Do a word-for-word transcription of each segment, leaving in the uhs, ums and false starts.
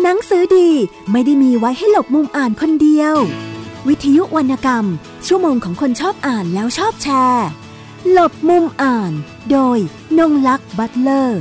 หนังสือดีไม่ได้มีไว้ให้หลบมุมอ่านคนเดียววิทยุวรรณกรรมชั่วโมงของคนชอบอ่านแล้วชอบแชร์หลบมุมอ่านโดยนงลักษณ์บัตเลอร์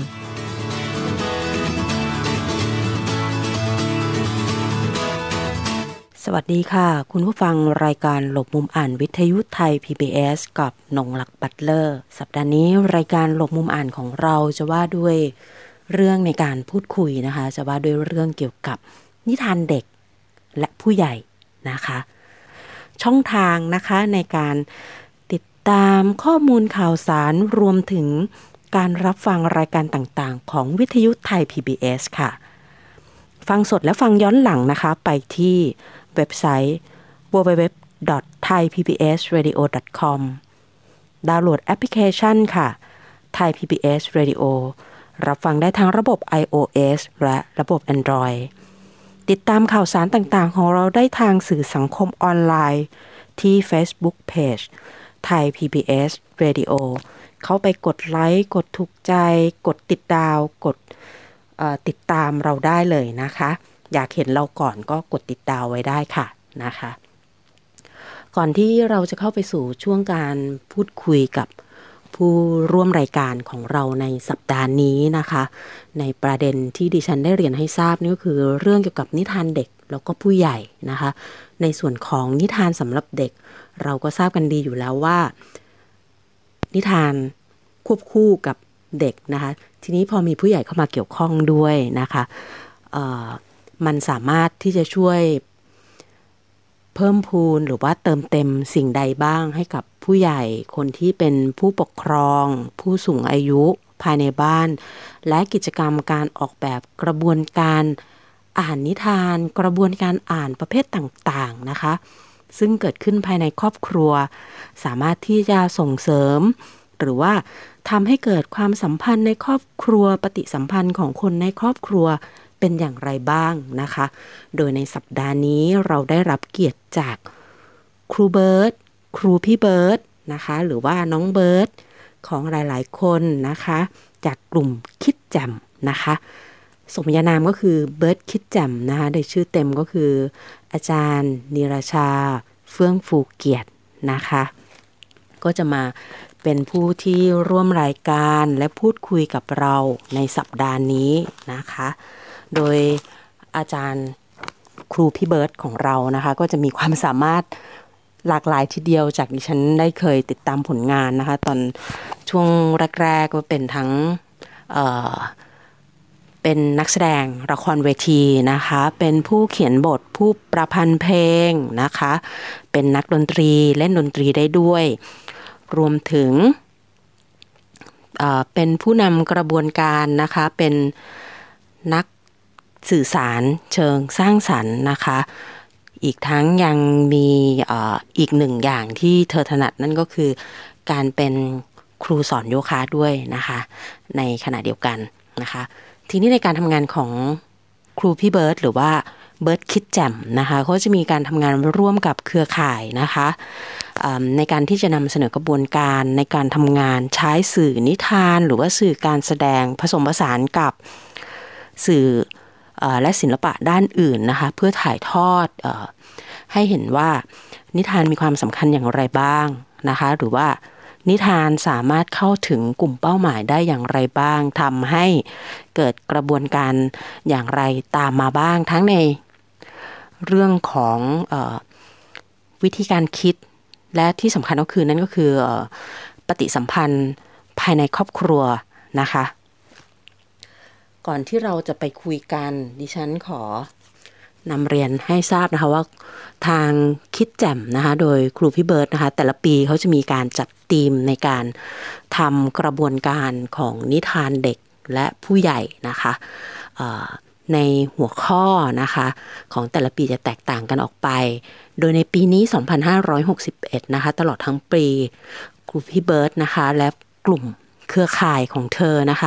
สวัสดีค่ะคุณผู้ฟังรายการหลบมุมอ่านวิทยุไทย พี บี เอส กับนงลักษณ์บัตเลอร์สัปดาห์นี้รายการหลบมุมอ่านของเราจะว่าด้วยเรื่องในการพูดคุยนะคะจะว่าด้วยเรื่องเกี่ยวกับนิทานเด็กและผู้ใหญ่นะคะช่องทางนะคะในการติดตามข้อมูลข่าวสารรวมถึงการรับฟังรายการต่างๆของวิทยุไทย พี บี เอส ค่ะฟังสดและฟังย้อนหลังนะคะไปที่เว็บไซต์ ดับเบิลยู ดับเบิลยู ดับเบิลยู ดอท ไทย พี บี เอส เรดิโอ ดอท คอม ดาวน์โหลดแอปพลิเคชันค่ะ Thai พี บี เอส Radio รับฟังได้ทั้งระบบ iOS และระบบ Android ติดตามข่าวสารต่างๆของเราได้ทางสื่อสังคมออนไลน์ที่ Facebook Page Thai พี บี เอส Radio เข้าไปกดไลค์กดถูกใจกดติดดาวกดติดตามเราได้เลยนะคะอยากเห็นเราก่อนก็กดติดดาวไว้ได้ค่ะนะคะก่อนที่เราจะเข้าไปสู่ช่วงการพูดคุยกับผู้ร่วมรายการของเราในสัปดาห์นี้นะคะในประเด็นที่ดิฉันได้เรียนให้ทราบนี่ก็คือเรื่องเกี่ยวกับนิทานเด็กแล้วก็ผู้ใหญ่นะคะในส่วนของนิทานสำหรับเด็กเราก็ทราบกันดีอยู่แล้วว่านิทานควบคู่กับเด็กนะคะทีนี้พอมีผู้ใหญ่เข้ามาเกี่ยวข้องด้วยนะคะเอ่อมันสามารถที่จะช่วยเพิ่มพูนหรือว่าเติมเต็มสิ่งใดบ้างให้กับผู้ใหญ่คนที่เป็นผู้ปกครองผู้สูงอายุภายในบ้านและกิจกรรมการออกแบบกระบวนการอ่านนิทานกระบวนการอ่านประเภทต่างๆนะคะซึ่งเกิดขึ้นภายในครอบครัวสามารถที่จะส่งเสริมหรือว่าทำให้เกิดความสัมพันธ์ในครอบครัวปฏิสัมพันธ์ของคนในครอบครัวเป็นอย่างไรบ้างนะคะโดยในสัปดาห์นี้เราได้รับเกียรติจากครูเบิร์ตครูพี่เบิร์ตนะคะหรือว่าน้องเบิร์ตของหลายๆคนนะคะจากกลุ่มคิดแจ่มนะคะสมญานามก็คือเบิร์ตคิดแจ่มนะคะโดยชื่อเต็มก็คืออาจารย์นิราชาเฟื่องฟูเกียรตินะคะก็จะมาเป็นผู้ที่ร่วมรายการและพูดคุยกับเราในสัปดาห์นี้นะคะโดยอาจารย์ครูพี่เบิร์ตของเรานะคะก็จะมีความสามารถหลากหลายทีเดียวจากดิฉันได้เคยติดตามผลงานนะคะตอนช่วงแรกๆก็เป็นทั้งเอ่อเป็นนักแสดงละครเวทีนะคะเป็นผู้เขียนบทผู้ประพันธ์เพลงนะคะเป็นนักดนตรีเล่นดนตรีได้ด้วยรวมถึงเอ่อเป็นผู้นำกระบวนการนะคะเป็นนักสื่อสารเชิงสร้างสรรค์นะคะอีกทั้งยังมีเอ่ออีกหนึ่งอย่างที่เธอถนัดนั่นก็คือการเป็นครูสอนโยคะด้วยนะคะในขณะเดียวกันนะคะทีนี้ในการทำงานของครูพี่เบิร์ตหรือว่าเบิร์ตคิดแจ่มนะคะเขาจะมีการทำงานร่วมกับเครือข่ายนะคะในการที่จะนำเสนอกระบวนการในการทำงานใช้สื่อนิทานหรือว่าสื่อการแสดงผสมผสานกับสื่อและศิลปะด้านอื่นนะคะเพื่อถ่ายทอดเอ่อให้เห็นว่านิทานมีความสำคัญอย่างไรบ้างนะคะหรือว่านิทานสามารถเข้าถึงกลุ่มเป้าหมายได้อย่างไรบ้างทำให้เกิดกระบวนการอย่างไรตามมาบ้างทั้งในเรื่องของเอ่อวิธีการคิดและที่สำคัญก็คือนั่นก็คือเอ่อปฏิสัมพันธ์ภายในครอบครัวนะคะก่อนที่เราจะไปคุยกันดิฉันขอนำเรียนให้ทราบนะคะว่าทางคิดแจ่มนะคะโดยครูพี่เบิร์ตนะคะแต่ละปีเขาจะมีการจัดธีมในการทำกระบวนการของนิทานเด็กและผู้ใหญ่นะคะในหัวข้อนะคะของแต่ละปีจะแตกต่างกันออกไปโดยในปีนี้สองพันห้าร้อยหกสิบเอ็ดนะคะตลอดทั้งปีครูพี่เบิร์ตนะคะและกลุ่มเครือข่ายของเธอนะคะ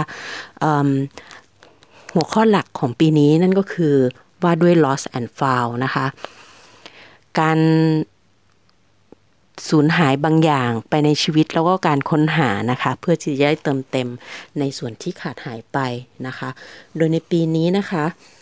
หัวข้อหลักของปีนี้นั่นก็คือว่าด้วย lost and found นะคะการสูญหายบางอย่างไปในชีวิตแล้วก็การค้นหานะคะเพื่อที่จะได้เติมเต็มในส่วนที่ขาดหายไปนะคะโดยในปีนี้นะคะ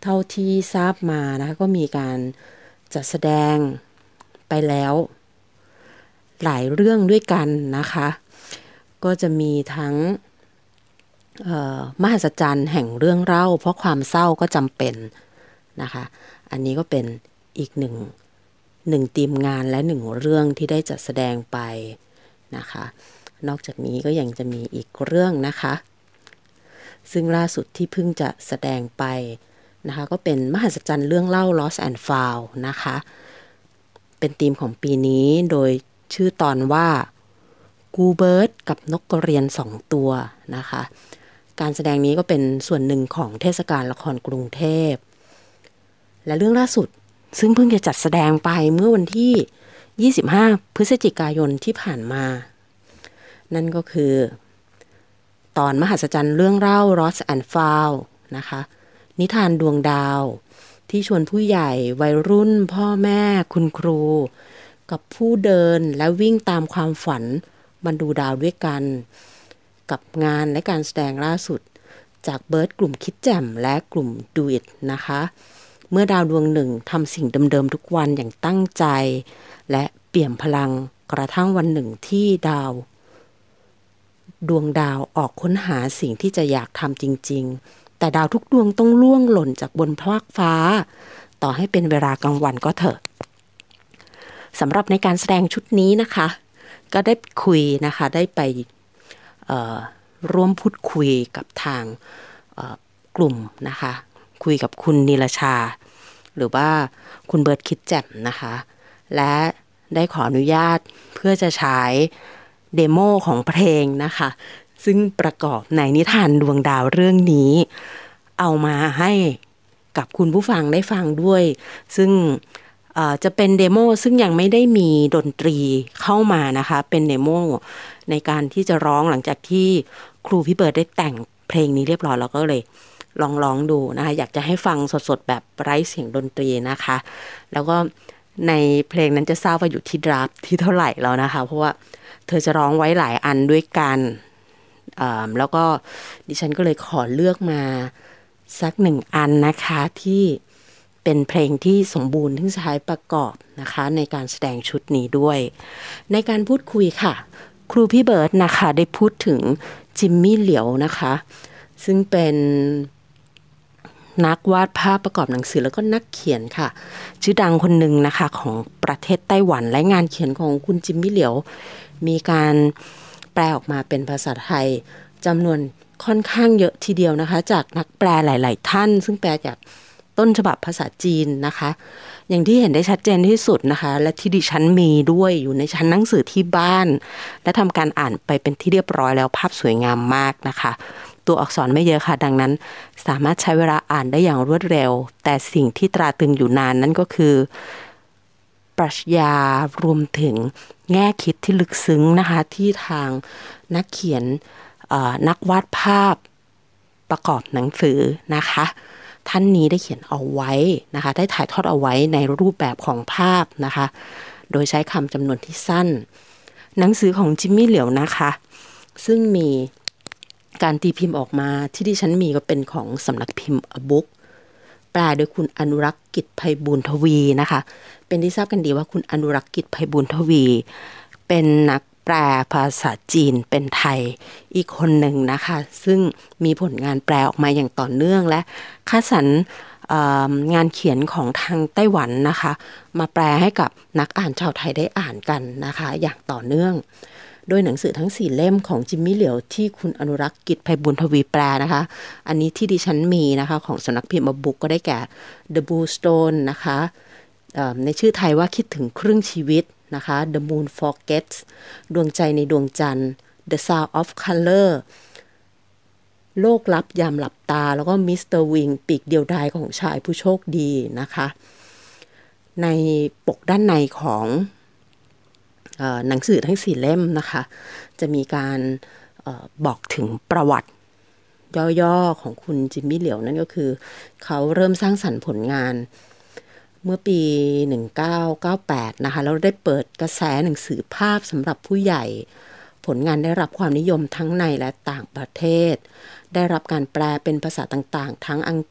เท่าที่ทราบมานะคะก็มีการจัดแสดงไปแล้วหลายเรื่องด้วยกันนะคะก็จะมีทั้งมหัศจรรย์แห่งเรื่องเล่าเพราะความเศร้าก็จำเป็นนะคะอันนี้ก็เป็นอีกหนึ่งหนึ่งทีมงานและหนึ่งเรื่องที่ได้จัดแสดงไปนะคะนอกจากนี้ก็ยังจะมีอีกเรื่องนะคะซึ่งล่าสุดที่เพิ่งจะแสดงไปนะคะก็เป็นมหัศจรรย์เรื่องเล่า Lost and Found นะคะเป็นธีมของปีนี้โดยชื่อตอนว่ากูเบิร์ดกับนกกระเรียนสองตัวนะคะการแสดงนี้ก็เป็นส่วนหนึ่งของเทศกาลละครกรุงเทพและเรื่องล่าสุดซึ่งเพิ่งจะจัดแสดงไปเมื่อวันที่ยี่สิบห้าพฤศจิกายนที่ผ่านมานั่นก็คือตอนมหัศจรรย์เรื่องเล่า Lost and Found นะคะนิทานดวงดาวที่ชวนผู้ใหญ่วัยรุ่นพ่อแม่คุณครูกับผู้เดินและวิ่งตามความฝันมาดูดาวด้วยกันกับงานและการแสดงล่าสุดจากเบิร์ดกลุ่มคิดแจ่มและกลุ่ม Do It นะคะเมื่อดาวดวงหนึ่งทำสิ่งเดิมๆทุกวันอย่างตั้งใจและเปี่ยมพลังกระทั่งวันหนึ่งที่ดาวดวงดาวออกค้นหาสิ่งที่จะอยากทำจริงๆแต่ดาวทุกดวงต้องล่วงหล่นจากบนฟากฟ้าต่อให้เป็นเวลากลางวันก็เถอะสำหรับในการแสดงชุดนี้นะคะก็ได้คุยนะคะได้ไปร่วมพูดคุยกับทางกลุ่มนะคะคุยกับคุณนิลชาหรือว่าคุณเบิร์ดคิดแจ่มนะคะและได้ขออนุญาตเพื่อจะใช้เดโมของเพลงนะคะซึ่งประกอบในนิทานดวงดาวเรื่องนี้เอามาให้กับคุณผู้ฟังได้ฟังด้วยซึ่งจะเป็นเดโมซึ่งยังไม่ได้มีดนตรีเข้ามานะคะเป็นเดโมในการที่จะร้องหลังจากที่ครูพี่เบิร์ดได้แต่งเพลงนี้เรียบร้อยแล้วก็เลยลองร้องดูนะคะอยากจะให้ฟังสดๆแบบไร้เสียงดนตรีนะคะแล้วก็ในเพลงนั้นจะทราบว่าอยู่ที่ดราฟที่เท่าไหร่แล้วนะคะเพราะว่าเธอจะร้องไว้หลายอันด้วยกันแล้วก็ดิฉันก็เลยขอเลือกมาสักหนึ่งอันนะคะที่เป็นเพลงที่สมบูรณ์ที่ใช้ประกอบนะคะในการแสดงชุดนี้ด้วยในการพูดคุยค่ะครูพี่เบิร์ดนะคะได้พูดถึงจิมมี่เหลียวนะคะซึ่งเป็นนักวาดภาพประกอบหนังสือแล้วก็นักเขียนค่ะชื่อดังคนหนึ่งนะคะของประเทศไต้หวันและงานเขียนของคุณจิมมี่เหลียวมีการแปลออกมาเป็นภาษาไทยจำนวนค่อนข้างเยอะทีเดียวนะคะจากนักแปลหลายๆท่านซึ่งแปลจากต้นฉบับภาษาจีนนะคะอย่างที่เห็นได้ชัดเจนที่สุดนะคะและที่ดิฉันมีด้วยอยู่ในชั้นหนังสือที่บ้านและทำการอ่านไปเป็นที่เรียบร้อยแล้วภาพสวยงามมากนะคะตัวอักษรไม่เยอะค่ะดังนั้นสามารถใช้เวลาอ่านได้อย่างรวดเร็วแต่สิ่งที่ตราตรึงอยู่นานนั่นก็คือปรัชญารวมถึงแง่คิดที่ลึกซึ้งนะคะที่ทางนักเขียนนักวาดภาพประกอบหนังสือนะคะท่านนี้ได้เขียนเอาไว้นะคะได้ถ่ายทอดเอาไว้ในรูปแบบของภาพนะคะโดยใช้คำจำนวนที่สั้นหนังสือของจิมมี่เหลียวนะคะซึ่งมีการตีพิมพ์ออกมาที่ดิฉันมีก็เป็นของสำนักพิมพ์อบุ๊กแปลโดยคุณอนุรักษ์กิจไพบูลย์ทวีนะคะเป็นที่ทราบกันดีว่าคุณอนุรักษ์กิจไพบูลย์ทวีเป็นนักแปลภาษาจีนเป็นไทยอีกคนหนึ่งนะคะซึ่งมีผลงานแปลออกมาอย่างต่อเนื่องและคัดสรรงานเขียนของทางไต้หวันนะคะมาแปลให้กับนักอ่านชาวไทยได้อ่านกันนะคะอย่างต่อเนื่องโดยหนังสือทั้งสี่เล่มของจิมมี่เหลียวที่คุณอนุรักษ์กิจไพบูลย์ทวีแปลนะคะอันนี้ที่ดิฉันมีนะคะของสำนักพิมพ์บุ๊กก็ได้แก่ The Blue Stone นะคะในชื่อไทยว่าคิดถึงครึ่งชีวิตนะคะ The Moon Forgets ดวงใจในดวงจันทร์ The Sound of Color โลกลับยามหลับตาแล้วก็มิสเตอร์วิงปีกเดียวดายของชายผู้โชคดีนะคะในปกด้านในของเอ่อหนังสือทั้งสี่เล่มนะคะจะมีการเอ่อบอกถึงประวัติย่อๆของคุณจิมมี่เหลียวนั่นก็คือเขาเริ่มสร้างสรรค์ผลงานเมื่อปีหนึ่งพันเก้าร้อยเก้าสิบแปดนะคะแล้วได้เปิดกระแสหนังสือภาพสำหรับผู้ใหญ่ผลงานได้รับความนิยมทั้งในและต่างประเทศได้รับการแปลเป็นภาษาต่างๆทั้งอังกฤษ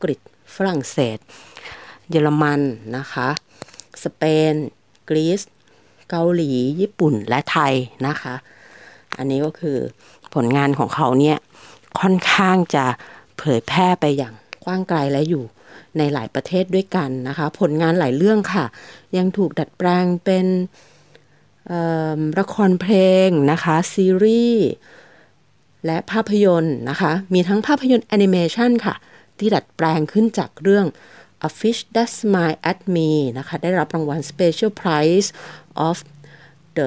ฝรั่งเศสเยอรมันนะคะสเปนกรีซเกาหลีญี่ปุ่นและไทยนะคะอันนี้ก็คือผลงานของเขาเนี่ยค่อนข้างจะเผยแพร่ไปอย่างกว้างไกลและอยู่ในหลายประเทศด้วยกันนะคะผลงานหลายเรื่องค่ะยังถูกดัดแปลงเป็นละครเพลงนะคะซีรีส์และภาพยนตร์นะคะมีทั้งภาพยนตร์แอนิเมชันค่ะที่ดัดแปลงขึ้นจากเรื่อง A Fish That Smiled at Me นะคะได้รับรางวัล Special Prize of the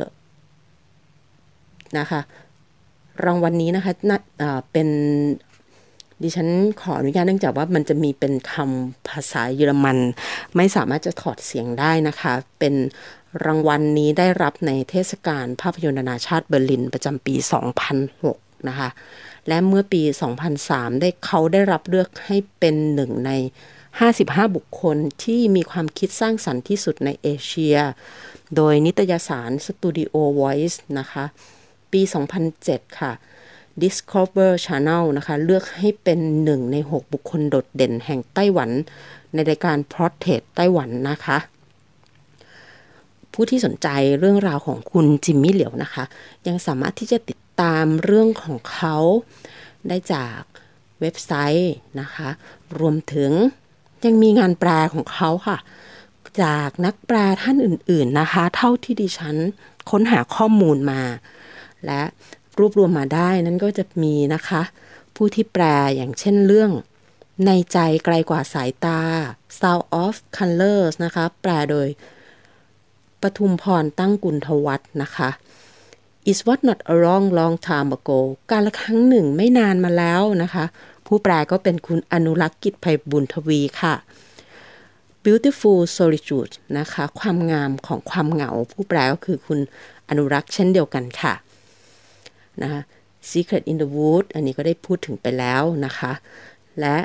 นะคะรางวัลนี้นะคะเป็นดิฉันขออนุญาตเนื่องจากว่ามันจะมีเป็นคำภาษาเยอรมันไม่สามารถจะถอดเสียงได้นะคะเป็นรางวัลนี้ได้รับในเทศกาลภาพยนตร์นานาชาติเบอร์ลินประจำปีสองพันหกนะคะและเมื่อปีสองพันสามได้เขาได้รับเลือกให้เป็นหนึ่งในห้าสิบห้าบุคคลที่มีความคิดสร้างสรรค์ที่สุดในเอเชียโดยนิตยสาร Studio Voice นะคะปีสองพันเจ็ดค่ะ Discover Channel นะคะเลือกให้เป็นหนึ่งในหกบุคคลโดดเด่นแห่งไต้หวันในรายการ Portrait ไต้หวันนะคะผู้ที่สนใจเรื่องราวของคุณจิมมี่เหลียวนะคะยังสามารถที่จะติดตามเรื่องของเขาได้จากเว็บไซต์นะคะรวมถึงยังมีงานแปลของเขาค่ะจากนักแปลท่านอื่นๆนะคะเท่าที่ดิฉันค้นหาข้อมูลมาและรวบรวมมาได้นั้นก็จะมีนะคะผู้ที่แปลอย่างเช่นเรื่องในใจไกลกว่าสายตา Sound of Colors นะคะแปลโดยปทุมพรตั้งกุลทวัฒน์นะคะ It was not a long long time ago การละครั้งหนึ่งไม่นานมาแล้วนะคะผู้แปลก็เป็นคุณอนุรักษ์กิจไพบุญทวีค่ะ Beautiful Solitude นะคะความงามของความเหงาผู้แปลก็คือคุณอนุรักษ์เช่นเดียวกันค่ะนะคะ Secret in the Wood อันนี้ก็ได้พูดถึงไปแล้วนะคะและ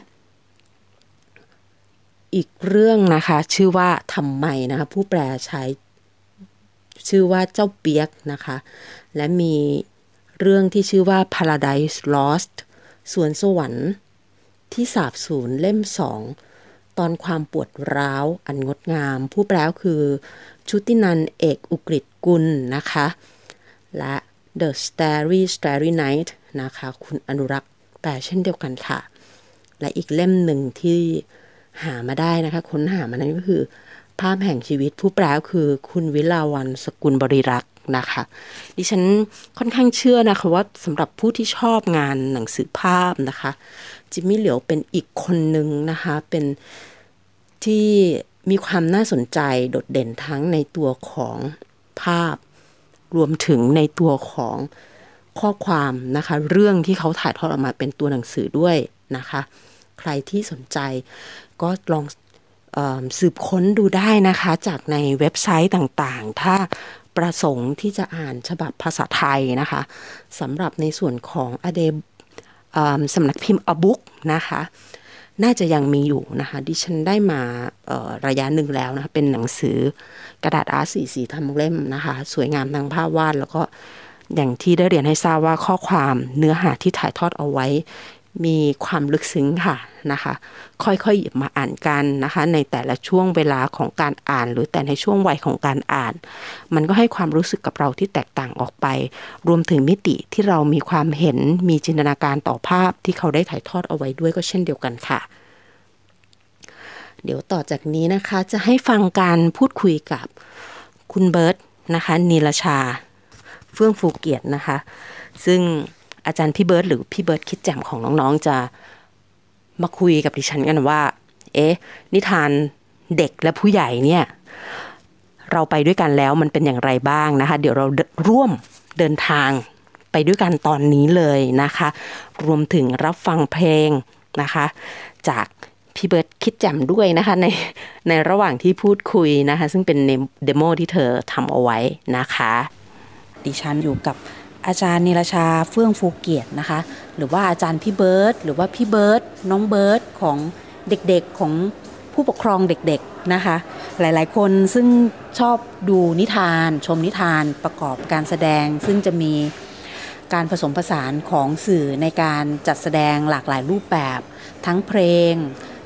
อีกเรื่องนะคะชื่อว่าทำไมนะคะผู้แปลใช้ชื่อว่าเจ้าเปียกนะคะและมีเรื่องที่ชื่อว่า Paradise Lost สวนสวรรค์ที่สาบสูญเล่มสองตอนความปวดร้าวอันงดงามผู้แปลคือชุตินันท์เอกอุกฤษกุลนะคะและ The Starry Starry Night นะคะคุณอนุรักษ์แปลเช่นเดียวกันค่ะและอีกเล่มหนึ่งที่หามาได้นะคะค้นหามานั้นก็คือภาพแห่งชีวิตผู้แปลคือคุณวิลาวันสกุลบริรักษ์นะคะดิฉันค่อนข้างเชื่อนะคะว่าสำหรับผู้ที่ชอบงานหนังสือภาพนะคะจิมมี่เหลียวเป็นอีกคนหนึ่งนะคะเป็นที่มีความน่าสนใจโดดเด่นทั้งในตัวของภาพรวมถึงในตัวของข้อความนะคะเรื่องที่เขาถ่ายทอดออกมาเป็นตัวหนังสือด้วยนะคะใครที่สนใจก็ลองเอ่อสืบค้นดูได้นะคะจากในเว็บไซต์ต่างๆถ้าประสงค์ที่จะอ่านฉบับภาษาไทยนะคะสำหรับในส่วนของอเดสำนักพิมพ์อบุ๊กนะคะน่าจะยังมีอยู่นะคะดิฉันได้มาระยะหนึ่งแล้วนะคะเป็นหนังสือกระดาษ อาร์ สี่ สีทำเล่มนะคะสวยงามทั้งภาพวาดแล้วก็อย่างที่ได้เรียนให้ทราบว่าข้อความเนื้อหาที่ถ่ายทอดเอาไว้มีความลึกซึ้งค่ะนะคะค่อยๆหยิบมาอ่านกันนะคะในแต่ละช่วงเวลาของการอ่านหรือแต่ในช่วงวัยของการอ่านมันก็ให้ความรู้สึกกับเราที่แตกต่างออกไปรวมถึงมิติที่เรามีความเห็นมีจินตนาการต่อภาพที่เขาได้ถ่ายทอดเอาไว้ด้วยก็เช่นเดียวกันค่ะเดี๋ยวต่อจากนี้นะคะจะให้ฟังการพูดคุยกับคุณเบิร์ตนะคะนีลชาเฟื่องฟูเกียรตินะคะซึ่งอาจารย์พี่เบิร์ตหรือพี่เบิร์ตคิดแจ่มของน้องๆจะมาคุยกับดิฉันกันว่าเอ๊ะนิทานเด็กและผู้ใหญ่เนี่ยเราไปด้วยกันแล้วมันเป็นอย่างไรบ้างนะคะเดี๋ยวเราร่วมเดินทางไปด้วยกันตอนนี้เลยนะคะรวมถึงรับฟังเพลงนะคะจากพี่เบิร์ตคิดแจ่มด้วยนะคะในในระหว่างที่พูดคุยนะคะซึ่งเป็นเดโมที่เธอทำเอาไว้นะคะดิฉันอยู่กับอาจารย์นีลชาเฟื่องฟูเกียรตินะคะหรือว่าอาจารย์พี่เบิร์ตหรือว่าพี่เบิร์ตน้องเบิร์ตของเด็กๆของผู้ปกครองเด็กๆนะคะหลายๆคนซึ่งชอบดูนิทานชมนิทานประกอบการแสดงซึ่งจะมีการผสมผสานของสื่อในการจัดแสดงหลากหลายรูปแบบทั้งเพลง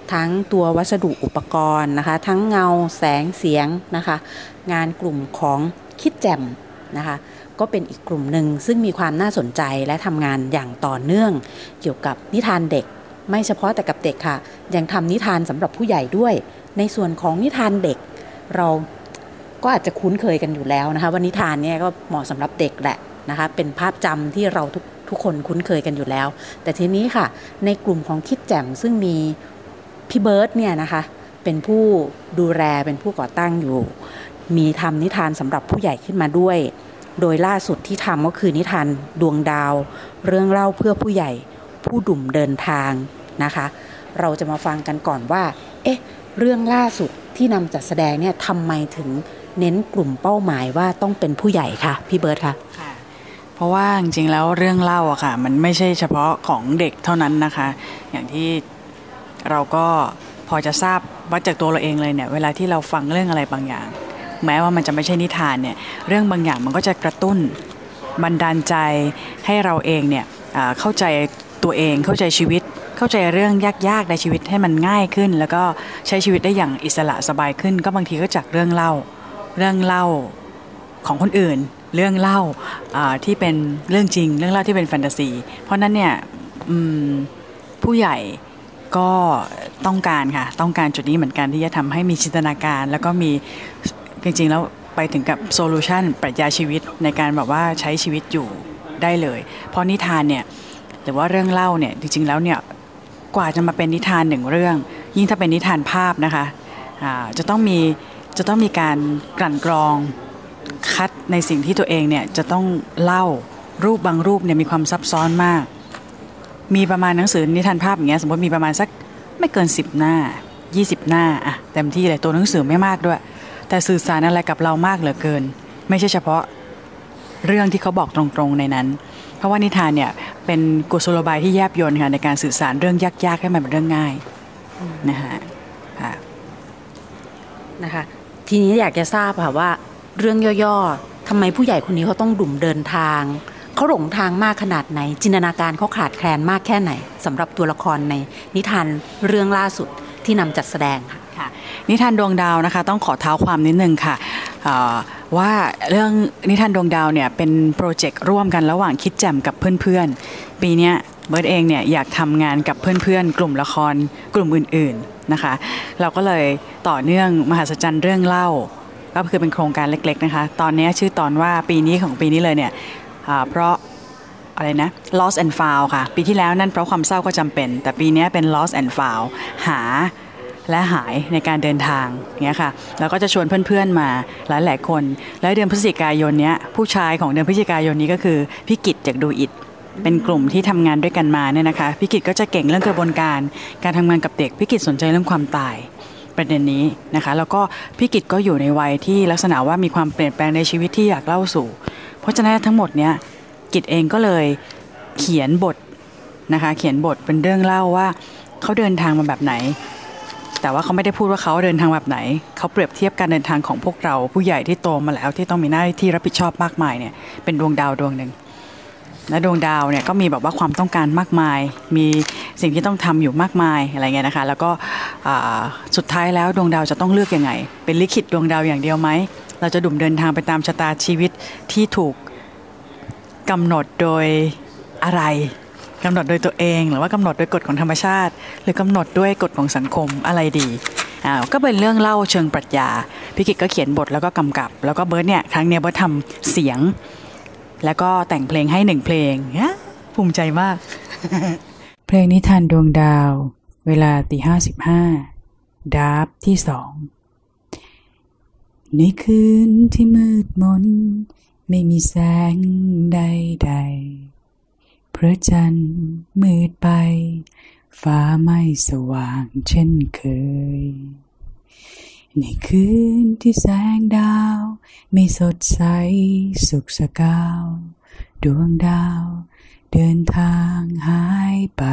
ทั้งตัววัสดุอุปกรณ์นะคะทั้งเงาแสงเสียงนะคะงานกลุ่มของคิดแจ่มนะคะก็เป็นอีกกลุ่มหนึ่งซึ่งมีความน่าสนใจและทำงานอย่างต่อเนื่องเกี่ยวกับนิทานเด็กไม่เฉพาะแต่กับเด็กค่ะยังทำนิทานสำหรับผู้ใหญ่ด้วยในส่วนของนิทานเด็กเราก็อาจจะคุ้นเคยกันอยู่แล้วนะคะว่านิทานเนี่ยก็เหมาะสำหรับเด็กแหละนะคะเป็นภาพจำที่เราทุกทุกคนคุ้นเคยกันอยู่แล้วแต่ทีนี้ค่ะในกลุ่มของคิดแจ่มซึ่งมีพี่เบิร์ตเนี่ยนะคะเป็นผู้ดูแลเป็นผู้ก่อตั้งอยู่มีทำนิทานสำหรับผู้ใหญ่ขึ้นมาด้วยโดยล่าสุดที่ทำก็คือนิทานดวงดาวเรื่องเล่าเพื่อผู้ใหญ่ผู้ดุ่มเดินทางนะคะเราจะมาฟังกันก่อนว่าเอ๊ะเรื่องล่าสุดที่นำจัดแสดงเนี่ยทำไมถึงเน้นกลุ่มเป้าหมายว่าต้องเป็นผู้ใหญ่ค่ะพี่เบิร์ตค่ะเพราะว่าจริงๆแล้วเรื่องเล่าอะค่ะมันไม่ใช่เฉพาะของเด็กเท่านั้นนะคะอย่างที่เราก็พอจะทราบว่าจากตัวเราเองเลยเนี่ยเวลาที่เราฟังเรื่องอะไรบางอย่างแม้ว่ามันจะไม่ใช่นิทานเนี่ยเรื่องบางอย่างมันก็จะกระตุ้นบันดาลใจให้เราเองเนี่ยเข้าใจตัวเองเข้าใจชีวิตเข้าใจเรื่องยากๆในชีวิตให้มันง่ายขึ้นแล้วก็ใช้ชีวิตได้อย่างอิสระสบายขึ้นก็บางทีก็จากเรื่องเล่าเรื่องเล่าของคนอื่นเรื่องเล่าที่เป็นเรื่องจริงเรื่องเล่าที่เป็นแฟนตาซีเพราะนั้นเนี่ยผู้ใหญ่ก็ต้องการค่ะต้องการจุดนี้เหมือนกันที่จะทำให้มีจินตนาการแล้วก็มีจริงๆแล้วไปถึงกับโซลูชันปรัชญาชีวิตในการแบบว่าใช้ชีวิตอยู่ได้เลยเพราะนิทานเนี่ยหรือว่าเรื่องเล่าเนี่ยจริงๆแล้วเนี่ยกว่าจะมาเป็นนิทานหนึ่งเรื่องยิ่งถ้าเป็นนิทานภาพนะคะจะต้องมีจะต้องมีการกลั่นกรองคัดในสิ่งที่ตัวเองเนี่ยจะต้องเล่ารูปบางรูปเนี่ยมีความซับซ้อนมากมีประมาณหนังสือนิทานภาพอย่างเงี้ยสมมติมีประมาณสักไม่เกินสิบหน้ายี่สิบหน้าอะเต็มที่เลยตัวหนังสือไม่มากด้วยแต่สื่อสารอะไรกับเรามากเหลือเกินไม่ใช่เฉพาะเรื่องที่เขาบอกตรงๆในนั้นเพราะว่านิทานเนี่ยเป็นกุศโลบายที่แยบยลค่ะในการสื่อสารเรื่องยากๆให้มันเป็นเรื่องง่ายนะคะค่ะนะคะทีนี้อยากจะทราบค่ะว่าเรื่องย่อๆทำไมผู้ใหญ่คนนี้เขาต้องดุ่มเดินทางเขาหลงทางมากขนาดไหนจินตนาการเขาขาดแคลนมากแค่ไหนสำหรับตัวละครในนิทานเรื่องล่าสุดที่นำจัดแสดงค่ะค่ะนิทานดวงดาวนะคะต้องขอเท้าความนิดนึงค่ะว่าเรื่องนิทานดวงดาวเนี่ยเป็นโปรเจกต์ร่วมกันระหว่างคิดแจ่มกับเพื่อนๆปีนี้เบิร์ตเองเนี่ยอยากทำงานกับเพื่อนๆกลุ่มละครกลุ่มอื่นๆนะคะเราก็เลยต่อเนื่องมหัศจรรย์เรื่องเล่าก็คือเป็นโครงการเล็กๆนะคะตอนนี้ชื่อตอนว่าปีนี้ของปีนี้เลยเนี่ยเพราะอะไรนะ lost and found ค่ะปีที่แล้วนั่นเพราะความเศร้าก็จำเป็นแต่ปีนี้เป็น lost and found หาและหายในการเดินทางเงี้ยค่ะแล้วก็จะชวนเพื่อนๆมาหลายๆคนและเดือนพฤศจิกายนเนี้ยผู้ชายของเดือนพฤศจิกายนนี้ก็คือพี่กิตจากดูอิทเป็นกลุ่มที่ทำงานด้วยกันมาเนี่ยนะคะพี่กิตก็จะเก่งเรื่องกระบวนการการทำงานกับเด็กพี่กิตสนใจเรื่องความตายประเด็นนี้นะคะแล้วก็พี่กิตก็อยู่ในวัยที่ลักษณะว่ามีความเปลี่ยนแปลงในชีวิตที่อยากเล่าสู่เพราะฉะนั้นทั้งหมดเนี้ยกิตเองก็เลยเขียนบทนะคะเขียนบทเป็นเรื่องเล่าว่าเขาเดินทางมาแบบไหนแต่ว่าเขาไม่ได้พูดว่าเขาเดินทางแบบไหนเขาเปรียบเทียบการเดินทางของพวกเราผู้ใหญ่ที่โตมาแล้วที่ต้องมีหน้าที่รับผิดชอบมากมายเนี่ยเป็นดวงดาวดวงหนึ่งและดวงดาวเนี่ยก็มีแบบว่าความต้องการมากมายมีสิ่งที่ต้องทำอยู่มากมายอะไรเงี้ยนะคะแล้วก็สุดท้ายแล้วดวงดาวจะต้องเลือกยังไงเป็นลิขิตดวงดาวอย่างเดียวไหมเราจะดุ่มเดินทางไปตามชะตาชีวิตที่ถูกกำหนดโดยอะไรกำหนดโดยตัวเองหรือว่ากำหนดโดยกฎของธรรมชาติหรือกำหนดด้วยกฎของสังคมอะไรดีอ่าก็เป็นเรื่องเล่าเชิงปรัชญาพี่กิตก็เขียนบทแล้วก็กำกับแล้วก็เบิร์ตเนี่ยครั้งเนี้ยเบิร์ตทำเสียงแล้วก็แต่งเพลงให้หนึ่งเพลงภูมิใจมาก เพลงนิทานดวงดาวเวลาตีห้าสิบห้าดาบที่สองในคืนที่มืดมนไม่มีแสงใดๆพระจันทร์มืดไปฟ้าไม่สว่างเช่นเคยในคืนที่แสงดาวไม่สดใสสุขสกาวดวงดาวเดินทางหายไป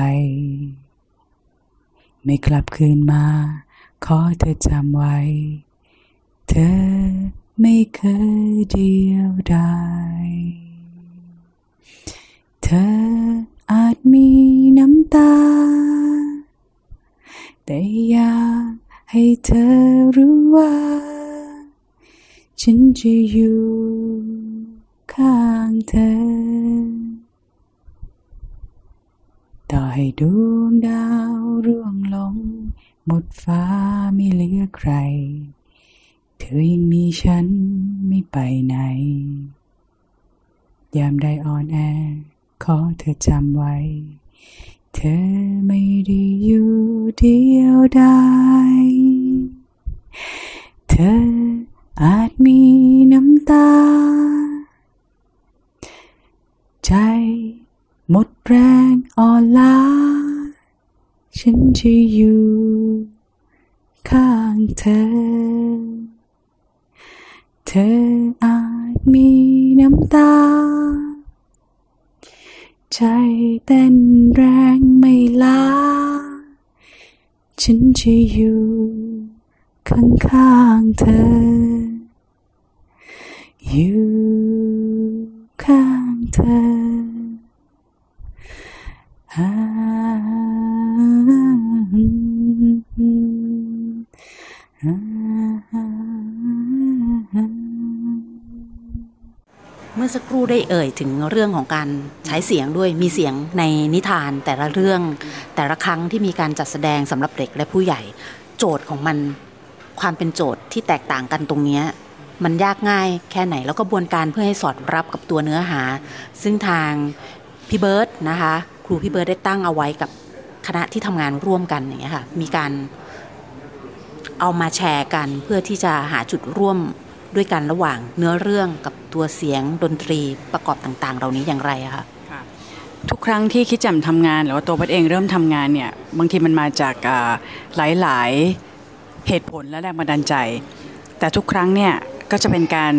ไม่กลับคืนมาขอเธอจำไว้เธอไม่เคยเดียวดายเธออาจมีน้ำตาแต่อรู้ว่าฉันจะอยู่ข้างเธอต่อให้ดวงดาวร่วงลงหมดฟ้าไม่เหลือใครเธอยังมีฉันไม่ไปไหนยามใดอ่อนแอขอเธอจำไว้เธอไม่ได้อยู่เดียวดายเธออาจมีน้ำตาใจหมดแรงอ่อนล้าฉันจะอยู่ข้างเธอเธออาจมีน้ำตาใจเต้นแรงไม่ล้าฉันจะอยู่ข้างๆเธออยู่ข้างเธออ่าเมื่อสักครู่ได้เอ่ยถึงเรื่องของการใช้เสียงด้วยมีเสียงในนิทานแต่ละเรื่องแต่ละครั้งที่มีการจัดแสดงสำหรับเด็กและผู้ใหญ่โจทย์ของมันความเป็นโจทย์ที่แตกต่างกันตรงนี้มันยากง่ายแค่ไหนแล้วกระบวนการเพื่อให้สอดรับกับตัวเนื้อหาซึ่งทางพี่เบิร์ดนะคะครูพี่เบิร์ดได้ตั้งเอาไว้กับคณะที่ทำงานร่วมกันอย่างเงี้ยค่ะมีการเอามาแชร์กันเพื่อที่จะหาจุดร่วมด้วยกันระหว่างเนื้อเรื่องกับตัวเสียงดนตรีประกอบต่างๆเหล่านี้อย่างไรอะคะทุกครั้งที่คิดจำทำงานหรือว่าตัวพัดเองเริ่มทำงานเนี่ยบางทีมันมาจากหลายๆเหตุผลและแรงบันดาลใจแต่ทุกครั้งเนี่ยก็จะเป็นการ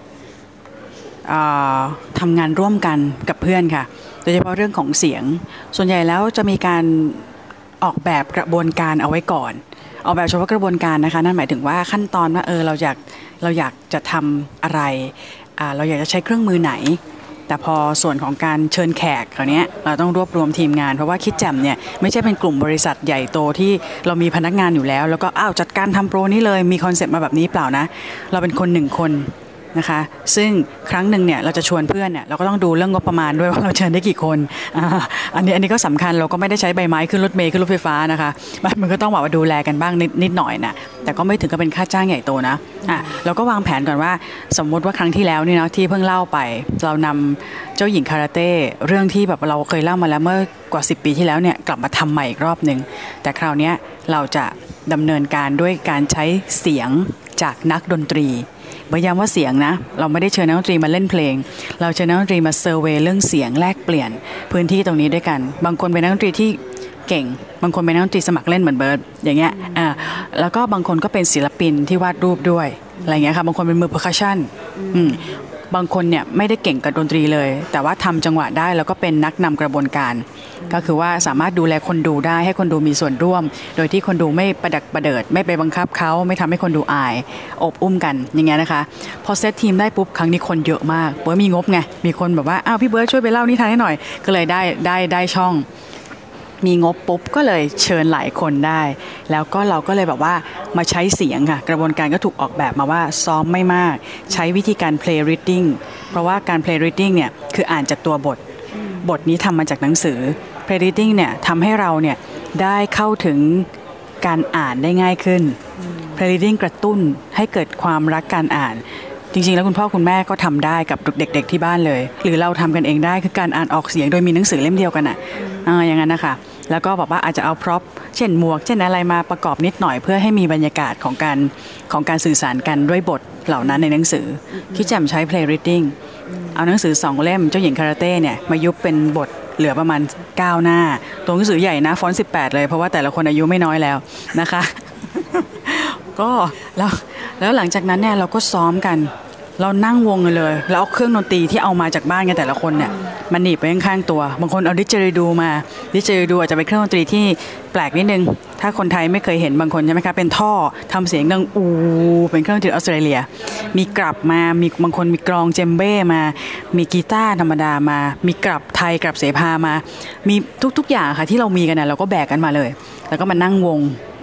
ทำงานร่วมกันกับเพื่อนค่ะโดยเฉพาะเรื่องของเสียงส่วนใหญ่แล้วจะมีการออกแบบกระบวนการเอาไว้ก่อนออกแบบเฉพาะกระบวนการนะคะนั่นหมายถึงว่าขั้นตอนว่าเออเราอยากเราอยากจะทำอะไรอ่าเราอยากจะใช้เครื่องมือไหนแต่พอส่วนของการเชิญแขกคราวนี้เราต้องรวบรวมทีมงานเพราะว่าคิดแจ่มเนี่ยไม่ใช่เป็นกลุ่มบริษัทใหญ่โตที่เรามีพนักงานอยู่แล้วแล้วก็อ้าวจัดการทำโปรนี้เลยมีคอนเซ็ปต์มาแบบนี้เปล่านะเราเป็นคนหนึ่งคนนะคะซึ่งครั้งหนึ่งเนี่ยเราจะชวนเพื่อนเนี่ยเราก็ต้องดูเรื่องงบประมาณด้วยว่าเราเชิญได้กี่คนอ่าอันนี้อันนี้ก็สำคัญเราก็ไม่ได้ใช้ใบไม้ขึ้นรถเมล์ขึ้นรถไฟฟ้านะคะมันก็ต้องบอกว่าดูแลกันบ้างนิดนิดหน่อยนะแต่ก็ไม่ถึงกับเป็นค่าจ้างใหญ่โตนะอ่ะเราก็วางแผนก่อนว่าสมมติว่าครั้งที่แล้วนี่นะที่เพิ่งเล่าไปเรานำเจ้าหญิงคาราเต้เรื่องที่แบบเราเคยเล่ามาแล้วเมื่อกว่าสิบปีที่แล้วเนี่ยกลับมาทำใหม่อีกรอบนึงแต่คราวนี้เราจะดำเนินการด้วยการใช้เสียงจากนักดนตรีย้ำว่าเสียงนะเราไม่ได้เชิญนักดนตรีมาเล่นเพลงเราเชิญนักดนตรีมาเซอร์เวย์เรื่องเสียงแลกเปลี่ยนพื้นที่ตรงนี้ด้วยกันบางคนเป็นนักดนตรีที่เก่งบางคนเป็นนักดนตรีสมัครเล่นเหมือนเบิร์ดอย่างเงี้ยอ่าแล้วก็บางคนก็เป็นศิลปินที่วาดรูปด้วยอะไรเงี้ยค่ะบางคนเป็นมือเพอร์คัชชั่นอืมบางคนเนี่ยไม่ได้เก่งกับดนตรีเลยแต่ว่าทำจังหวะได้แล้วก็เป็นนักนำกระบวนการก็คือว่าสามารถดูแลคนดูได้ให้คนดูมีส่วนร่วมโดยที่คนดูไม่ประดักประเดิดไม่ไปบังคับเขาไม่ทำให้คนดูอายอบอุ้มกันอย่างเงี้ยนะคะพอเซตทีมได้ปุ๊บครั้งนี้คนเยอะมากเบิร์ดมีงบไงมีคนแบบว่าอ้าวพี่เบิร์ดช่วยไปเล่านิทานให้หน่อยก็เลยได้ได้ได้ช่องมีงบปุ๊บก็เลยเชิญหลายคนได้แล้วก็เราก็เลยแบบว่ามาใช้เสียงค่ะกระบวนการก็ถูกออกแบบมาว่าซ้อมไม่มากใช้วิธีการ play reading เพราะว่าการ play reading เนี่ยคืออ่านจากตัวบทบทนี้ทำมาจากหนังสือ play reading เนี่ยทำให้เราเนี่ยได้เข้าถึงการอ่านได้ง่ายขึ้น play reading กระตุ้นให้เกิดความรักการอ่านจริงๆแล้วคุณพ่อคุณแม่ก็ทำได้กับเด็กๆที่บ้านเลยหรือเราทำกันเองได้คือการอ่านออกเสียงโดยมีหนังสือเล่มเดียวกันอ่ะอ่าอย่างนั้นนะคะแล้วก็บอกว่าอาจจะเอาพร็อพเช่นหมวกเช่นอะไรมาประกอบนิดหน่อยเพื่อให้มีบรรยากาศของการของการสื่อสารกันด้วยบทเหล่านั้นในหนังสือคิดแจ่มใช้ play reading เอาหนังสือสองเล่มเจ้าหญิงคาราเต้เนี่ยมายุบเป็นบทเหลือประมาณเก้าหน้าตัวหนังสือใหญ่นะฟอนต์สิบแปดเลยเพราะว่าแต่ละคนอายุไม่น้อยแล้วนะคะ ก็แล้วแล้วหลังจากนั้นเนี่ยเราก็ซ้อมกันเรานั่งวงกันเลยแล้วเอาเครื่องดนตรีที่เอามาจากบ้านกันแต่ละคนเนี่ยมันหนีบไปข้างๆตัวบางคนเอาดิเจอริดูมาดิเจอริดูอาจจะเป็นเครื่องดนตรีที่แปลกนิดนึงถ้าคนไทยไม่เคยเห็นบางคนใช่ไหมคะเป็นท่อทำเสียงดังอูเป็นเครื่องดนตรีออสเตรเลียมีกลับมามีบางคนมีกลองเจมเบ้มามีกีตาร์ธรรมดามามีกลับไทยกลับเสภามามีทุกๆอย่างค่ะที่เรามีกันนะเราก็แบกกันมาเลยแล้วก็มานั่งวง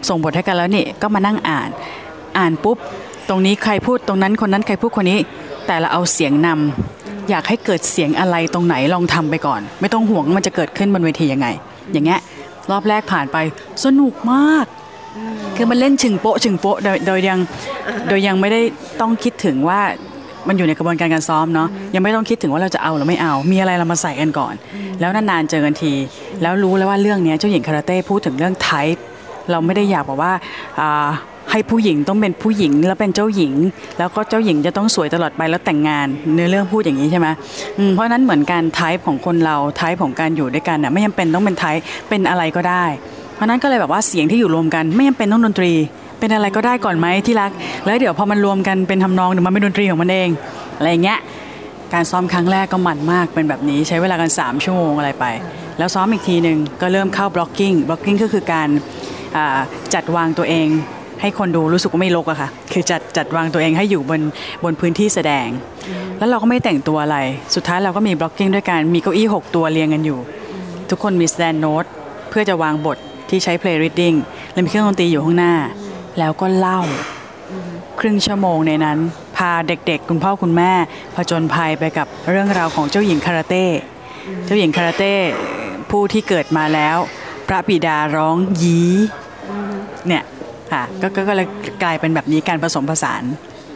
ส่งบทให้กันแล้วนี่ก็มานั่งอ่านอ่านปุ๊บตรงนี้ใครพูดตรงนั้นคนนั้นใครพูดคนนี้แต่เราเอาเสียงนำอยากให้เกิดเสียงอะไรตรงไหนลองทำไปก่อนไม่ต้องห่วงมันจะเกิดขึ้นบนเวทียังไงอย่างเงี้ยรอบแรกผ่านไปสนุกมากคือมันเล่นชึงโป๊ะชึงโป๊ะโดยโดยยังโดยยังไม่ได้ต้องคิดถึงว่ามันอยู่ในกระบวนการการซ้อมเนาะยังไม่ต้องคิดถึงว่าเราจะเอาหรือไม่เอามีอะไรเรามาใส่กันก่อนแล้วนานๆเจอกันทีแล้วรู้แล้วว่าเรื่องนี้เจ้าหญิงคาราเต้พูดถึงเรื่องไทป์เราไม่ได้อยากบอกว่าให้ผู้หญิงต้องเป็นผู้หญิงแล้วเป็นเจ้าหญิงแล้วก็เจ้าหญิงจะต้องสวยตลอดไปแล้วแต่งงานเนื้อเรื่องพูดอย่างนี้ใช่ไหมเพราะนั้นเหมือนการไทป์ของคนเราไทป์ของการอยู่ด้วยกันน่ะไม่จำเป็นต้องเป็นไทป์เป็นอะไรก็ได้เพราะนั้นก็เลยแบบว่าเสียงที่อยู่รวมกันไม่จำเป็นต้องดนตรีเป็นอะไรก็ได้ก่อนไหมที่รักแล้วเดี๋ยวพอมันรวมกันเป็นทำนองเดี๋ยวมันเป็นดนตรีของมันเองอะไรอย่างเงี้ยการซ้อมครั้งแรกก็มันมากเป็นแบบนี้ใช้เวลากันสามชั่วโมงอะไรไปแล้วซ้อมอีกทีนึงก็เริ่มเข้า blocking blocking ก็คือการจัดวางตัวเองให้คนดูรู้สึกว่าไม่รกอะค่ะคือจัดจัดวางตัวเองให้อยู่บนบนพื้นที่แสดงแล้วเราก็ไม่แต่งตัวอะไรสุดท้ายเราก็มี blocking ด้วยกันมีเก้าอี้หกตัวเรียงกันอยู่ทุกคนมี stand note เพื่อจะวางบทที่ใช้ play reading และมีเครื่องดนตรีอยู่ข้างหน้าแล้วก็เล่าครึ่งชั่วโมงในนั้นพาเด็กๆคุณพ่อคุณแม่ผจญภัยไปกับเรื่องราวของเจ้าหญิงคาราเต้เจ้าหญิงคาราเต้ผู้ที่เกิดมาแล้วพระบิดาร้องยี้เนี่ยค่ะก็ก็เลยกลายเป็นแบบนี้การผสมผสาน